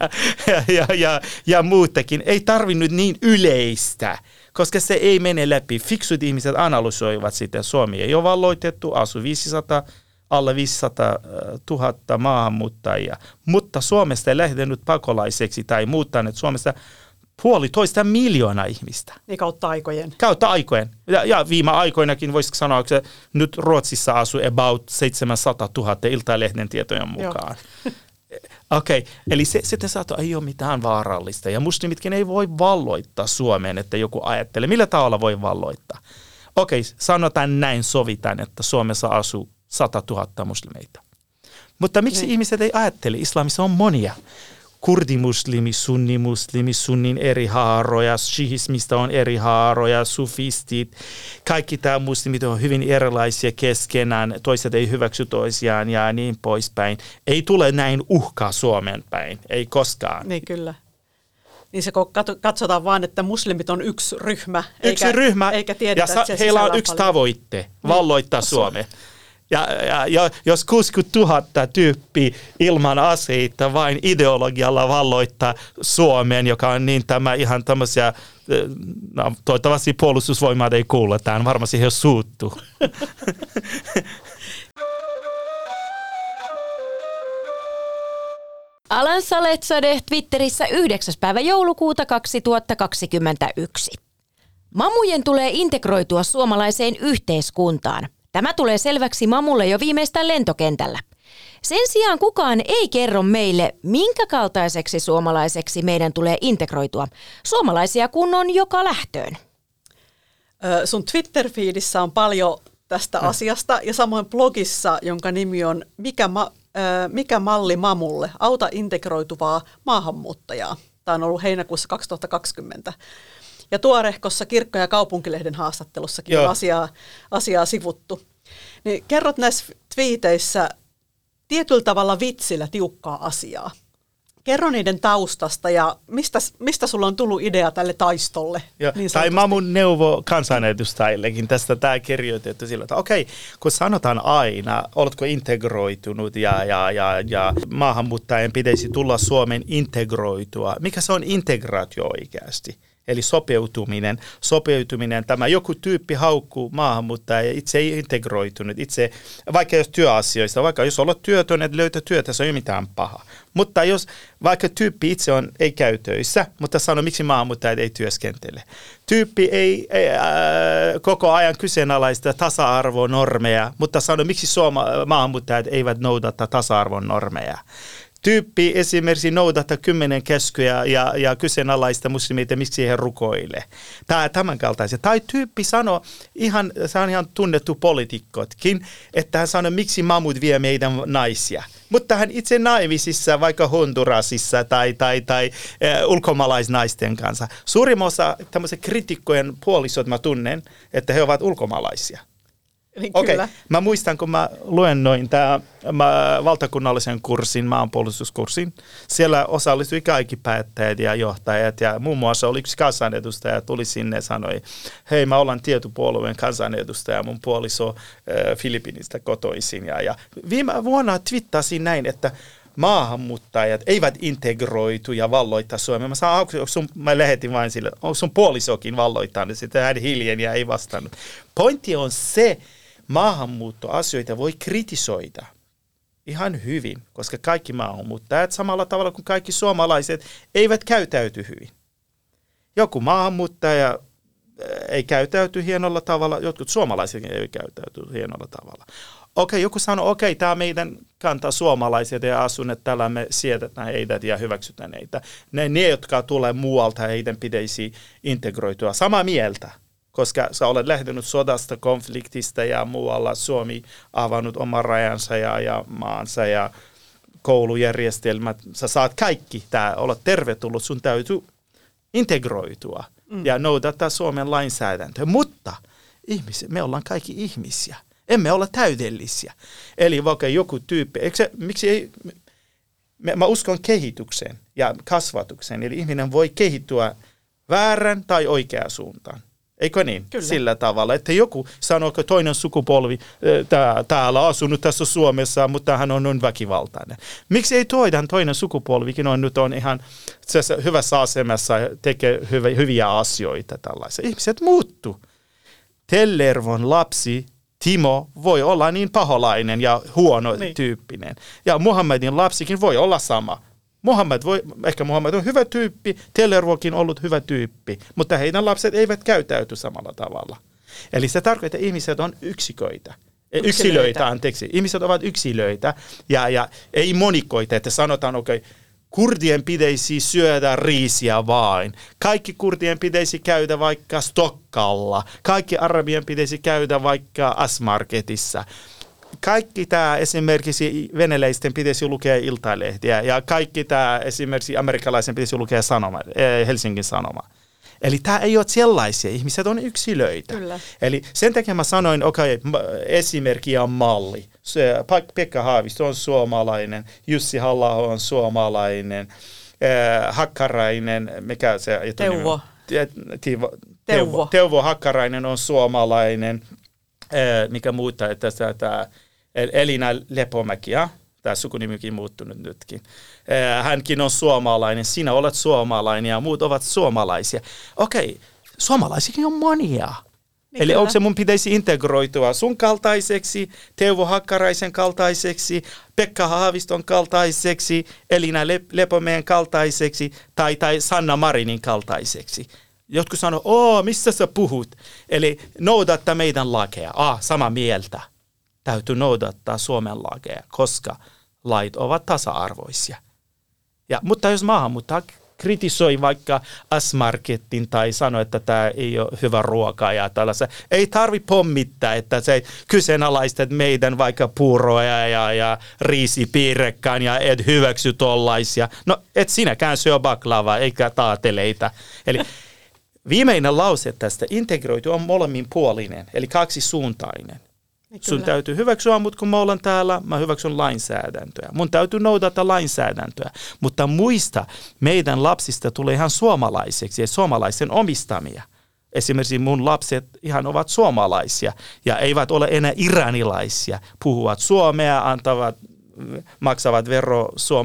Speaker 2: ja muutakin, ei tarvinnut niin yleistä, koska se ei mene läpi. Fiksut ihmiset analysoivat sitä. Suomi ei ole valloitettu, asuu alle 500 000 maahanmuuttajia, mutta Suomesta ei lähtenyt pakolaiseksi tai muuttaneet Suomesta 1,5 miljoonaa ihmistä.
Speaker 3: Niin kautta aikojen.
Speaker 2: Kautta aikojen. Ja viime aikoinakin voisiko sanoa, että nyt Ruotsissa asuu about 700 000 Iltalehden tietojen mukaan. Okei, eli sitten ei ole mitään vaarallista. Ja muslimitkin ei voi valloittaa Suomeen, että joku ajattelee. Millä tavalla voi valloittaa? Okei, sanotaan näin, sovitaan, että Suomessa asuu 100 000 muslimeita. Mutta miksi ihmiset ei ajattele? Islamissa on monia. Kurdimuslimi, sunnin eri haaroja, shihismista on eri haaroja, sufistit. Kaikki tämä muslimit on hyvin erilaisia keskenään, toiset ei hyväksy toisiaan ja niin poispäin. Ei tule näin uhkaa Suomen päin, ei koskaan.
Speaker 3: Niin kyllä. Niin se katsotaan vaan, että muslimit on yksi ryhmä, eikä tiedetä,
Speaker 2: että se heillä on yksi tavoitte, valloittaa Suomen. Ja jos 60 000 tyyppiä ilman aseita vain ideologialla valloittaa Suomeen, joka on niin tämä ihan tämmöisiä, no toivottavasti puolustusvoimat ei kuule, tämä on varmasti ihan suuttu.
Speaker 4: Alan Saletsade Twitterissä 9. päivä joulukuuta 2021. Mamujen tulee integroitua suomalaiseen yhteiskuntaan. Tämä tulee selväksi mamulle jo viimeistään lentokentällä. Sen sijaan kukaan ei kerro meille, minkä kaltaiseksi suomalaiseksi meidän tulee integroitua. Suomalaisia kun on joka lähtöön.
Speaker 3: Sun Twitter-feedissä on paljon tästä asiasta ja samoin blogissa, jonka nimi on Mikä malli mamulle? Auta integroituvaa maahanmuuttajaa. Tämä on ollut heinäkuussa 2020. Ja tuorehkossa Kirkko- ja kaupunkilehden haastattelussakin on asiaa sivuttu. Niin kerrot näissä twiiteissä tietyllä tavalla vitsillä tiukkaa asiaa. Kerro niiden taustasta ja mistä sulla on tullut idea tälle taistolle?
Speaker 2: Niin tai mamun neuvo kansanedustajillekin. Tästä tämä kirjoitettu sillä, että okei, kun sanotaan aina, oletko integroitunut ja maahanmuuttajien pitäisi tulla Suomen integroitua. Mikä se on integraatio oikeasti? Eli sopeutuminen, tämä joku tyyppi haukkuu maahanmuuttaja ja itse ei integroitunut, vaikka jos työasioista, vaikka jos olet työtön, et löytä työtä, se ei ole mitään paha. Mutta jos vaikka tyyppi itse ei käy töissä, mutta sano, miksi maahanmuuttajat ei työskentele. Tyyppi ei koko ajan kyseenalaista tasa-arvon normeja, mutta sano, miksi maahanmuuttajat eivät noudata tasa-arvon normeja. Tyyppi esimerkiksi noudattaa 10 käskyjä ja kyseenalaista muslimeita, miksi he rukoilee. Tämän kaltaisia. Tai tyyppi sanoo, se on ihan tunnettu poliitikotkin, että hän sanoo, miksi mamut vie meidän naisia. Mutta hän itse naimisissa, vaikka Hondurasissa tai ulkomaalaisnaisten kanssa. Suurin osa tämmöisen kritikkojen puolisot mä tunnen, että he ovat ulkomaalaisia. Okei, mä muistan, kun mä luennoin valtakunnallisen kurssin, maanpuolustuskurssin. Siellä osallistui kaikki päättäjät ja johtajat ja muun muassa oli yksi kansanedustaja, tuli sinne ja sanoi, hei, mä olen tietopuolueen kansanedustaja, mun puoliso Filippiinistä kotoisin. Ja viime vuonna twittasin näin, että maahanmuuttajat eivät integroitu ja valloittaa Suomea. Mä lähetin vain sille, onko sun puolisokin valloittanut? Sitten hän hiljeni ja ei vastannut. Pointti on se, maahanmuuttoasioita voi kritisoida ihan hyvin, koska kaikki maahanmuuttajat samalla tavalla kuin kaikki suomalaiset eivät käytäyty hyvin. Joku maahanmuuttaja ei käytäyty hienolla tavalla, jotkut suomalaiset ei käytäyty hienolla tavalla. Okei, joku sanoo, tämä meidän kantaa suomalaiset ja asun, että täällä me siedetään heidät ja hyväksytään heitä. Ne, jotka tulee muualta, heidän pitäisi integroitua. Samaa mieltä, koska sä olet lähtenyt sodasta, konfliktista ja muualla Suomi avannut oman rajansa ja maansa ja koulujärjestelmät. Sä saat kaikki, olet tervetullut, sun täytyy integroitua ja noudattaa Suomen lainsäädäntöä. Mutta me ollaan kaikki ihmisiä. Emme ole täydellisiä. Eli vaikka joku tyyppi, mä uskon kehitykseen ja kasvatukseen, eli ihminen voi kehittyä väärän tai oikeaan suuntaan. Eikö niin? Kyllä. Sillä tavalla, että joku sanoo, että toinen sukupolvi täällä asunut tässä Suomessa, mutta hän on väkivaltainen. Miksi ei toinen sukupolvikin on ihan hyvässä asemassa ja tekee hyviä asioita tällaisia? Ihmiset muuttuu. Tellervon lapsi Timo voi olla niin paholainen ja huono tyyppinen. Ja Muhammedin lapsikin voi olla sama. Muhammed on hyvä tyyppi, Tellervokin ollut hyvä tyyppi, mutta heidän lapset eivät käytäyty samalla tavalla. Eli se tarkoittaa, että ihmiset on yksilöitä. Ihmiset ovat yksilöitä ja ei monikoita, että sanotaan, kurdien pitäisi syödä riisiä vain. Kaikki kurdien pitäisi käydä vaikka Stokkalla. Kaikki arabien pitäisi käydä vaikka S-Marketissa. Kaikki tämä esimerkiksi venäläisten pitäisi lukea Iltalehtiä ja kaikki tämä esimerkiksi amerikkalaisen pitäisi lukea Helsingin Sanoma. Eli tämä ei ole sellaisia, ihmiset on yksilöitä. Kyllä. Eli sen takia mä sanoin, esimerkki ja malli. Pekka Haavisto on suomalainen, Jussi Halla-aho on suomalainen, Hakkarainen, mikä se? Teuvo Hakkarainen on suomalainen, mikä muuttaa, että tämä Elina Lepomäki, tämä sukunimikin muuttunut nytkin. Hänkin on suomalainen, sinä olet suomalainen ja muut ovat suomalaisia. Suomalaisikin on monia. Niin eli onko se mun pitäisi integroitua sun kaltaiseksi, Teuvo Hakkaraisen kaltaiseksi, Pekka Haaviston kaltaiseksi, Elina Lepomäen kaltaiseksi tai Sanna Marinin kaltaiseksi. Jotkut sanoo, missä sä puhut? Eli noudattaa meidän lakeja. Sama mieltä. Täytyy noudattaa Suomen lakeja, koska lait ovat tasa-arvoisia. Mutta jos maahanmuuttajat kritisoi vaikka S-Marketin tai sanoo, että tämä ei ole hyvä ruoka ja tällaista, ei tarvitse pommittaa, että se kyseenalaistat meidän vaikka puuroja ja riisipiirekkään ja et hyväksy tollaisia. No et sinäkään syö baklavaa eikä taateleita. Eli viimeinen lause tästä integroitu on molemminpuolinen, eli kaksisuuntainen. Sun täytyy hyväksyä, mutta kun mä olen täällä, mä hyväksyn lainsäädäntöä. Mun täytyy noudata lainsäädäntöä, mutta muista, meidän lapsista tulee ihan suomalaiseksi ja suomalaisen omistamia. Esimerkiksi mun lapset ihan ovat suomalaisia ja eivät ole enää iranilaisia. Puhuvat suomea, maksavat vero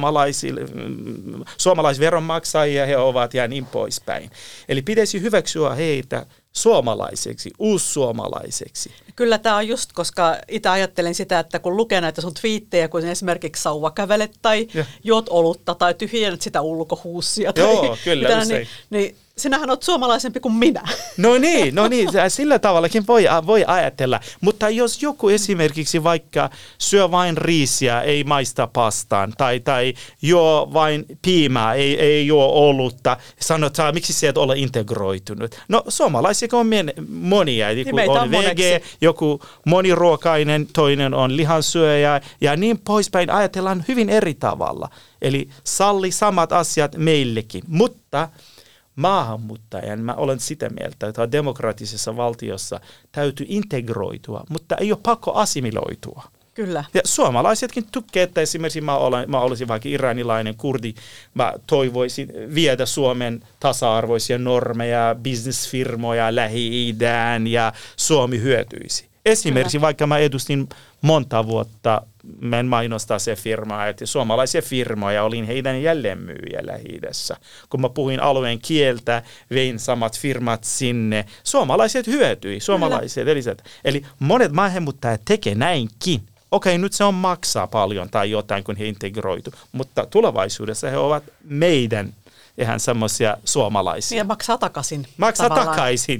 Speaker 2: suomalaisveronmaksajia he ovat ja niin poispäin. Eli pitäisi hyväksyä heitä suomalaiseksi, uussuomalaiseksi.
Speaker 3: Kyllä tämä on just, koska itse ajattelen sitä, että kun lukee näitä sun twiittejä, kun esimerkiksi sauva kävelet tai juot olutta tai tyhjennät sitä ulkohuussia.
Speaker 2: Joo, kyllä usein.
Speaker 3: Niin sinähän olet suomalaisempi kuin minä.
Speaker 2: No niin, sillä tavallakin voi ajatella. Mutta jos joku esimerkiksi vaikka syö vain riisiä, ei maista pastaan, tai juo vain piimää, ei juo olutta, sanotaan, miksi se et ole integroitunut. No suomalaisia on monia, joku on vege, joku moniruokainen, toinen on lihansyöjä ja niin poispäin. Ajatellaan hyvin eri tavalla. Eli salli samat asiat meillekin, mutta maahanmuuttajan, mä olen sitä mieltä, että demokraattisessa valtiossa täytyy integroitua, mutta ei ole pakko assimiloitua.
Speaker 3: Kyllä.
Speaker 2: Ja suomalaisetkin tukkee, että esimerkiksi mä olisin vaikka iranilainen kurdi, mä toivoisin viedä Suomen tasa-arvoisia normeja, bisnesfirmoja Lähi-idään ja Suomi hyötyisi. Esimerkiksi vaikka mä edustin monta vuotta, mä en mainostaa se firmaa, että suomalaisia firmoja, olin heidän jälleenmyyjä Lähi-idässä. Kun mä puhuin alueen kieltä, vein samat firmat sinne. Suomalaiset hyötyi, suomalaiset eliset. Eli monet maahanmuuttajat tekee näinkin. Okei, nyt se on maksaa paljon tai jotain, kun he integroitu, mutta tulevaisuudessa he ovat meidän ihan semmoisia suomalaisia.
Speaker 3: Ja maksaa takaisin.
Speaker 2: Maksaa takaisin.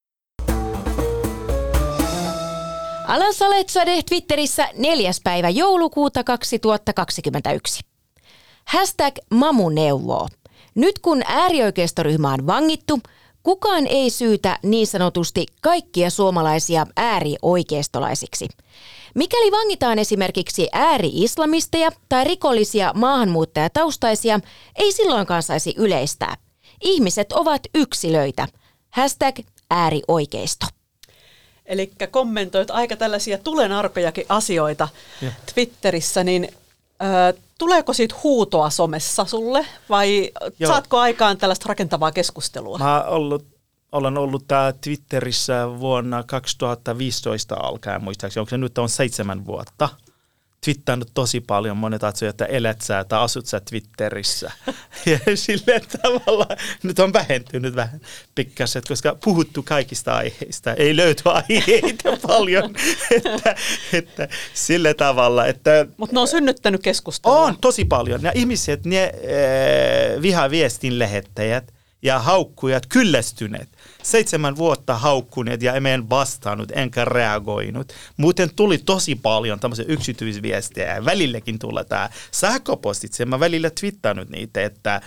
Speaker 4: Alan Saletsade Twitterissä 4. päivä joulukuuta 2021. #Mamu neuvoo. Nyt kun äärioikeistoryhmä on vangittu, kukaan ei syytä niin sanotusti kaikkia suomalaisia äärioikeistolaisiksi. Mikäli vangitaan esimerkiksi ääri-islamisteja tai rikollisia maahanmuuttajataustaisia, ei silloinkaan saisi yleistää. Ihmiset ovat yksilöitä. #äärioikeisto.
Speaker 3: Eli kommentoit aika tällaisia tulenarkojakin asioita Twitterissä, niin tuleeko siitä huutoa somessa sulle vai saatko aikaan tällaista rakentavaa keskustelua?
Speaker 2: Mä olen ollut Twitterissä vuonna 2015 alkaen, muistaakseni, onko se nyt on 7 vuotta. Twittannut tosi paljon, monet asioita, että elät sä tai asut sä Twitterissä. Ja sillä tavalla nyt on vähentynyt vähän pikkaset, koska puhuttu kaikista aiheista. Ei löyty aiheita paljon, että sillä tavalla.
Speaker 3: Mutta ne on synnyttänyt keskustelua.
Speaker 2: On tosi paljon. Ja ihmiset, ne vihaviestin lähettäjät ja haukkujat kyllästyneet. 7 vuotta haukkuneet ja en vastannut enkä reagoinut. Muuten tuli tosi paljon tämmöisiä yksityisviestejä ja välilläkin tulee tämä sähköpostitse. Mä välillä twittannut niitä, että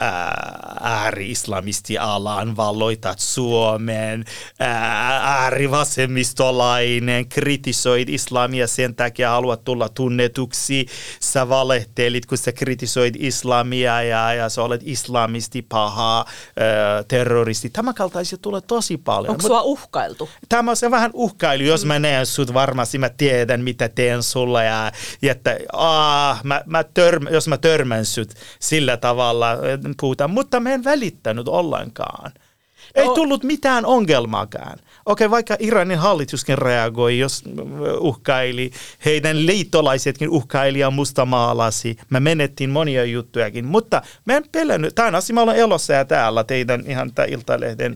Speaker 2: ääri-islamisti-alan valloitat Suomen, äärivasemmistolainen, kritisoit islamia sen takia haluat tulla tunnetuksi, sä valehtelit, kun sä kritisoit islamia ja sä olet islamisti, paha, terroristi. Tämän kaltaisia tulee tosi paljon.
Speaker 3: Onko sua uhkailtu?
Speaker 2: Tämä on se vähän uhkailu, jos mä näen sut varmasti, mä tiedän mitä teen sulle ja että jos mä törmän sut sillä tavalla, puhutaan, mutta mä en välittänyt ollenkaan. Ei tullut mitään ongelmaakaan. Okei, vaikka Iranin hallituskin reagoi, jos uhkaili, heidän liittolaisetkin uhkaili ja mustamaalasi. Mä menettiin monia juttujakin, mutta mä en pelännyt. Tämän asian mä olen elossa ja täällä teidän ihan Iltalehden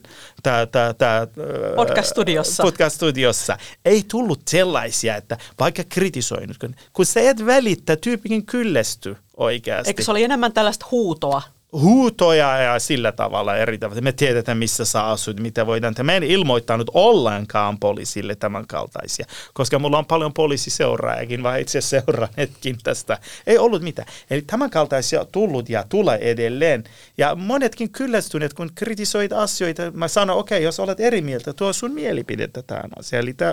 Speaker 2: podcast-studiossa. Ei tullut sellaisia, että vaikka kritisoinut, kun sä et välittä, tyypikin kyllästy oikeasti.
Speaker 3: Eikö se oli enemmän tällaista huutoa?
Speaker 2: huutoja ja sillä tavalla eri tavalla. Me tiedetään, missä sä asut, mitä voidaan tehdä. Mä en ilmoittanut ollenkaan poliisille tämän kaltaisia, koska mulla on paljon poliisiseuraajakin, vai itse seuranneetkin tästä. Ei ollut mitään. Eli tämän kaltaisia tullut ja tulee edelleen. Ja monetkin kyllästyneet, kun kritisoit asioita, mä sanon, okei, jos olet eri mieltä, tuo sun mielipidettä tähän asiaan. Eli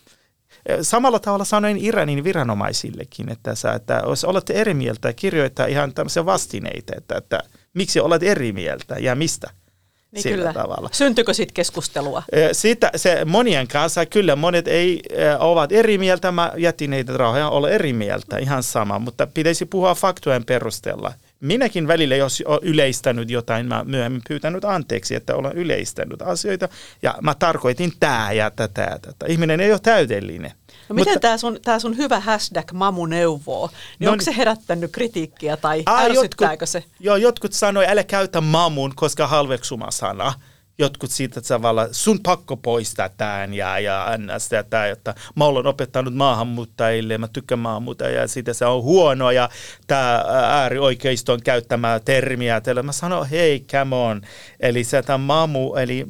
Speaker 2: samalla tavalla sanoin Iranin viranomaisillekin, että jos olette eri mieltä, kirjoittaa ihan tämmöisiä vastineita, että miksi olet eri mieltä ja mistä.
Speaker 3: Niin kyllä. Tavalla. Syntyykö siitä keskustelua?
Speaker 2: Siitä se monien kanssa, kyllä monet ovat eri mieltä, mä jätin heitä rauhaa olla eri mieltä, ihan sama, mutta pitäisi puhua faktojen perusteella. Minäkin välillä, jos olen yleistänyt jotain, mä myöhemmin pyytänyt anteeksi, että olen yleistänyt asioita, ja mä tarkoitin tää ja tätä. Ihminen ei ole täydellinen.
Speaker 3: No miten tämä sun hyvä hashtag Mamu neuvoo, niin onko se herättänyt kritiikkiä tai ärsyttääkö se?
Speaker 2: Joo, jotkut sanoi, älä käytä mamun, koska halveksuma sana. Jotkut siitä tavalla, sun pakko poistaa tämän ja tämä, että mä olen opettanut maahanmuuttajille, mä tykkään maahanmuuttajia ja siitä se on huono ja tämä äärioikeiston käyttämää termiä. Mä sanon, hei, come on. Eli se mamu, eli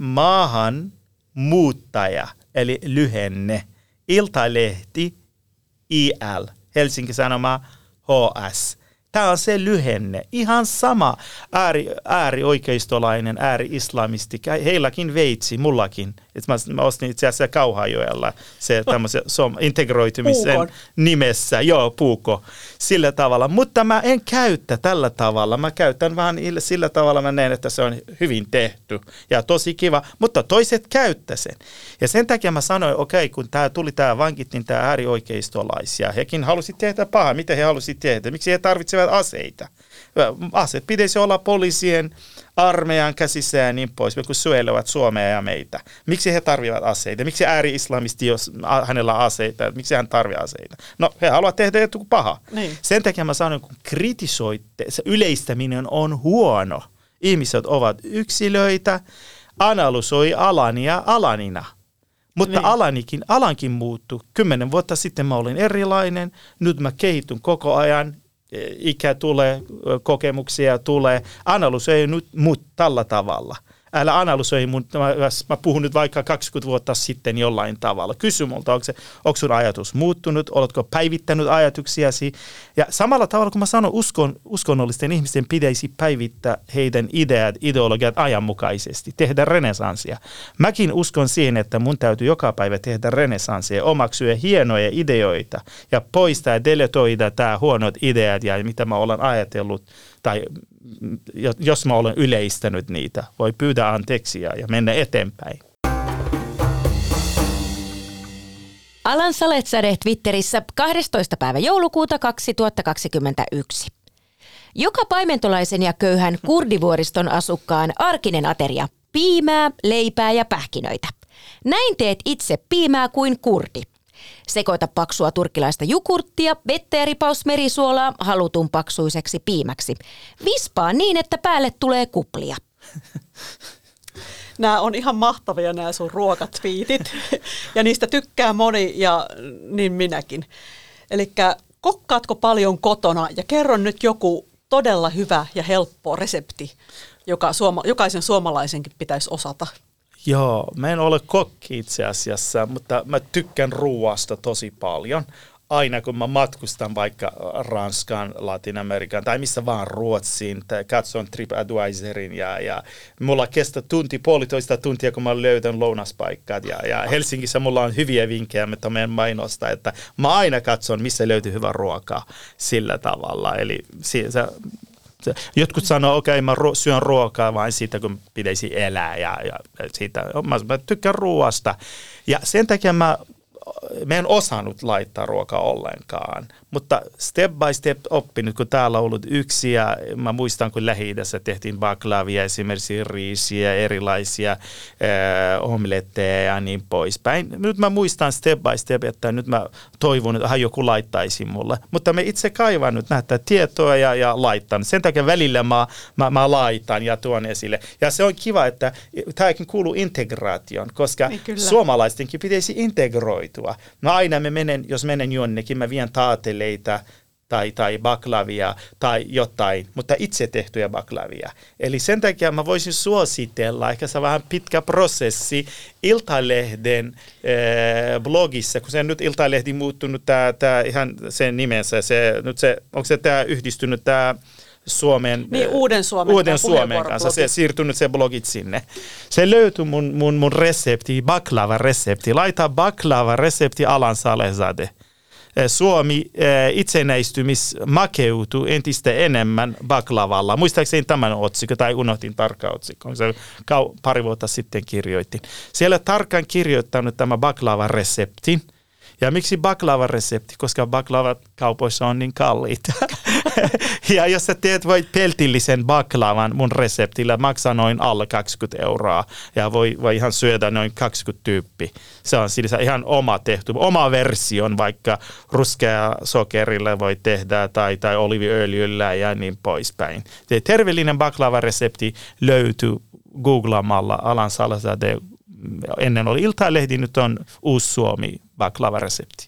Speaker 2: maahanmuuttaja, eli lyhenne. Iltalehti, IL, Helsingin Sanoma, HS. Tämä on se lyhenne. Ihan sama äärioikeistolainen, ääri-islamisti. Heilläkin veitsi, mullakin. Mä ostin itse asiassa Kauhajoella se tämmöisen integroitumisen nimessä. Joo, Puuko. Sillä tavalla. Mutta mä en käytä tällä tavalla. Mä käytän vaan sillä tavalla, mä näen, että se on hyvin tehty. Ja tosi kiva. Mutta toiset käyttä sen. Ja sen takia mä sanoin, okei, kun tää vankittiin tää äärioikeistolaisia. Hekin halusi tehdä pahaa. Mitä he halusi tehdä? Miksi he tarvitsevat aseita? Aseet pitäisi olla poliisien, armeijan käsissä ja niin pois, kun suojelevat Suomea ja meitä. Miksi he tarvitsevat aseita? Miksi ääri-islamisti, jos hänellä on aseita? Miksi hän tarvitsee aseita? No, he haluavat tehdä jotain pahaa. Niin. Sen takia mä sanon, kun kritisoitte, se yleistäminen on huono. Ihmiset ovat yksilöitä, analysoi alania alanina. Mutta niin. Alankin muuttuu. 10 vuotta sitten mä olin erilainen, nyt mä kehityn koko ajan. Ikä tulee, kokemuksia tulee. Analysoi nyt tällä tavalla. Älä analysoi, mä puhun nyt vaikka 20 vuotta sitten jollain tavalla. Kysy multa, onko sun ajatus muuttunut, oletko päivittänyt ajatuksiasi. Ja samalla tavalla, kun mä sanon, uskonnollisten ihmisten pitäisi päivittää heidän ideologiat ajanmukaisesti, tehdä renesanssia. Mäkin uskon siihen, että mun täytyy joka päivä tehdä renesanssia, omaksua hienoja ideoita ja poistaa ja deletoida tää huonot ideat ja mitä mä olen ajatellut. Tai jos mä olen yleistänyt niitä, voi pyytää anteeksi ja mennä eteenpäin.
Speaker 4: Alan Saletsade Twitterissä 12. päivä joulukuuta 2021. Joka paimentolaisen ja köyhän kurdivuoriston asukkaan arkinen ateria. Piimää, leipää ja pähkinöitä. Näin teet itse piimää kuin kurdi. Sekoita paksua turkkilaista jukurttia, vettä ja ripaus merisuolaa halutun paksuiseksi piimäksi. Vispaa niin, että päälle tulee kuplia.
Speaker 3: Nämä on ihan mahtavia nämä sun ruokatviitit ja niistä tykkää moni ja niin minäkin. Elikkä kokkaatko paljon kotona ja kerro nyt joku todella hyvä ja helppo resepti, joka jokaisen suomalaisenkin pitäisi osata.
Speaker 2: Joo, mä en ole kokki itse asiassa, mutta mä tykkään ruoasta tosi paljon. Aina kun mä matkustan vaikka Ranskaan, Latin-Amerikaan tai missä vaan Ruotsiin, katson TripAdvisorin ja mulla kestää puolitoista tuntia, kun mä löydän lounaspaikkat. Ja Helsingissä mulla on hyviä vinkkejä, mutta mä en mainosta, että mä aina katson, missä löytyy hyvä ruokaa sillä tavalla. Eli jotkut sanoo, okei, mä syön ruokaa vain siitä, kun pitäisi elää ja siitä. Mä tykkään ruoasta. Ja sen takia mä en osannut laittaa ruokaa ollenkaan, mutta step by step oppinut, kun täällä on ollut yksi ja mä muistan, kun Lähi-idässä tehtiin baklavia, esimerkiksi riisiä, erilaisia omletteja ja niin poispäin. Nyt mä muistan step by step, että nyt mä toivon, että joku laittaisi mulle, mutta me itse kaivan nyt näitä tietoa ja laitan. Sen takia välillä mä laitan ja tuon esille. Ja se on kiva, että tämäkin kuuluu integraation, koska suomalaistenkin pitäisi integroitua. No aina jos menen jonnekin, mä vien taateleita tai baklavia tai jotain, mutta itse tehtyjä baklavia. Eli sen takia mä voisin suositella, ehkä se on vähän pitkä prosessi, Iltalehden blogissa, kun se on nyt Iltalehti muuttunut, tämä ihan sen nimensä, onko se tämä yhdistynyt tämä Suomen,
Speaker 3: niin, Uuden Suomen
Speaker 2: kanssa. Se siirtynyt se blogit sinne. Se löytyy mun resepti, baklava-resepti. Laita baklava-resepti Alan Salezade. Suomi itsenäistymismakeutui entistä enemmän baklavalla. Muistaakseni tämän otsikko, tai unohtin tarkkaan otsikon. Se pari vuotta sitten kirjoitin. Siellä tarkkaan kirjoittanut tämä baklava-reseptin. Ja miksi baklava-resepti? Koska baklavat kaupoissa on niin kalliita. Ja jos sä teet voit peltillisen baklavan mun reseptillä, maksaa noin alle 20 €. Ja voi ihan syödä noin 20 tyyppi. Se on siis ihan oma tehty, oma version, vaikka ruskea sokerilla voi tehdä tai oliiviöljyllä ja niin poispäin. Terveellinen baklava-resepti löytyy googlaamalla Alan Salezade. Ennen oli Iltalehti, nyt on Uusi Suomi baklava-resepti.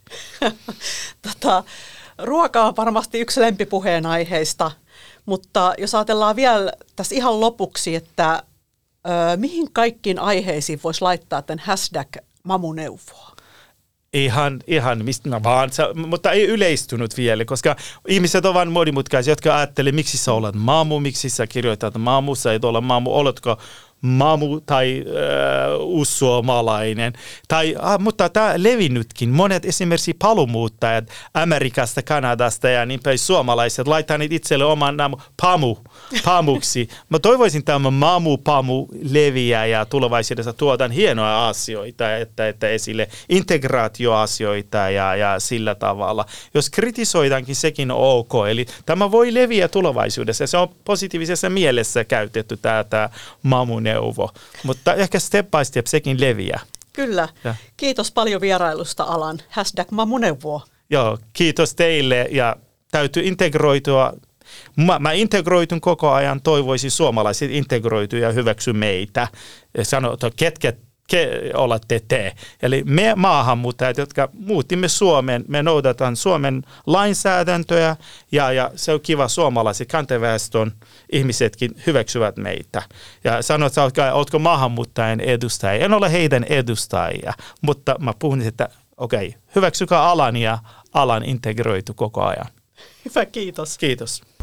Speaker 3: Ruoka on varmasti yksi lempipuheenaiheista, mutta jos ajatellaan vielä tässä ihan lopuksi, että mihin kaikkiin aiheisiin voisi laittaa tämän #mamuneuvoa?
Speaker 2: Ihan mistä vaan, mutta ei yleistynyt vielä, koska ihmiset ovat monimutkaisia, jotka ajattelee, miksi sä olet mamu, miksi sä kirjoitat mamu, sä et ole mamu, oletko mamu tai uussuomalainen. Mutta tämä levinnytkin. Monet esimerkiksi palumuuttajat Amerikasta, Kanadasta ja niin päin suomalaiset laittaneet itselle oman pamuksi. Mä toivoisin tämä pamu leviää ja tulevaisuudessa tuotan hienoja asioita, että esille integraatioasioita ja sillä tavalla. Jos kritisoidaankin, sekin on ok. Eli tämä voi leviä tulevaisuudessa. Se on positiivisessa mielessä käytetty tämä mamuneuvo. Mutta ehkä step by step sekin leviää.
Speaker 3: Kyllä. Ja. Kiitos paljon vierailusta Alan. #mamuneuvoa.
Speaker 2: Joo, kiitos teille ja täytyy integroitua. Mä integroitun koko ajan, toivoisin suomalaiset integroitua ja hyväksy meitä. Sanotaan, ketkä olette te. Eli me maahanmuuttajat, jotka muutimme Suomeen, me noudatan Suomen lainsäädäntöä ja se on kiva suomalaiset kantaväestön ihmisetkin hyväksyvät meitä. Ja sanot, että oletko maahanmuuttajien edustajia? En ole heidän edustajia, mutta mä puhun, että okei, hyväksykää Alan ja Alan integroitu koko ajan.
Speaker 3: Hyvä, kiitos.
Speaker 2: Kiitos.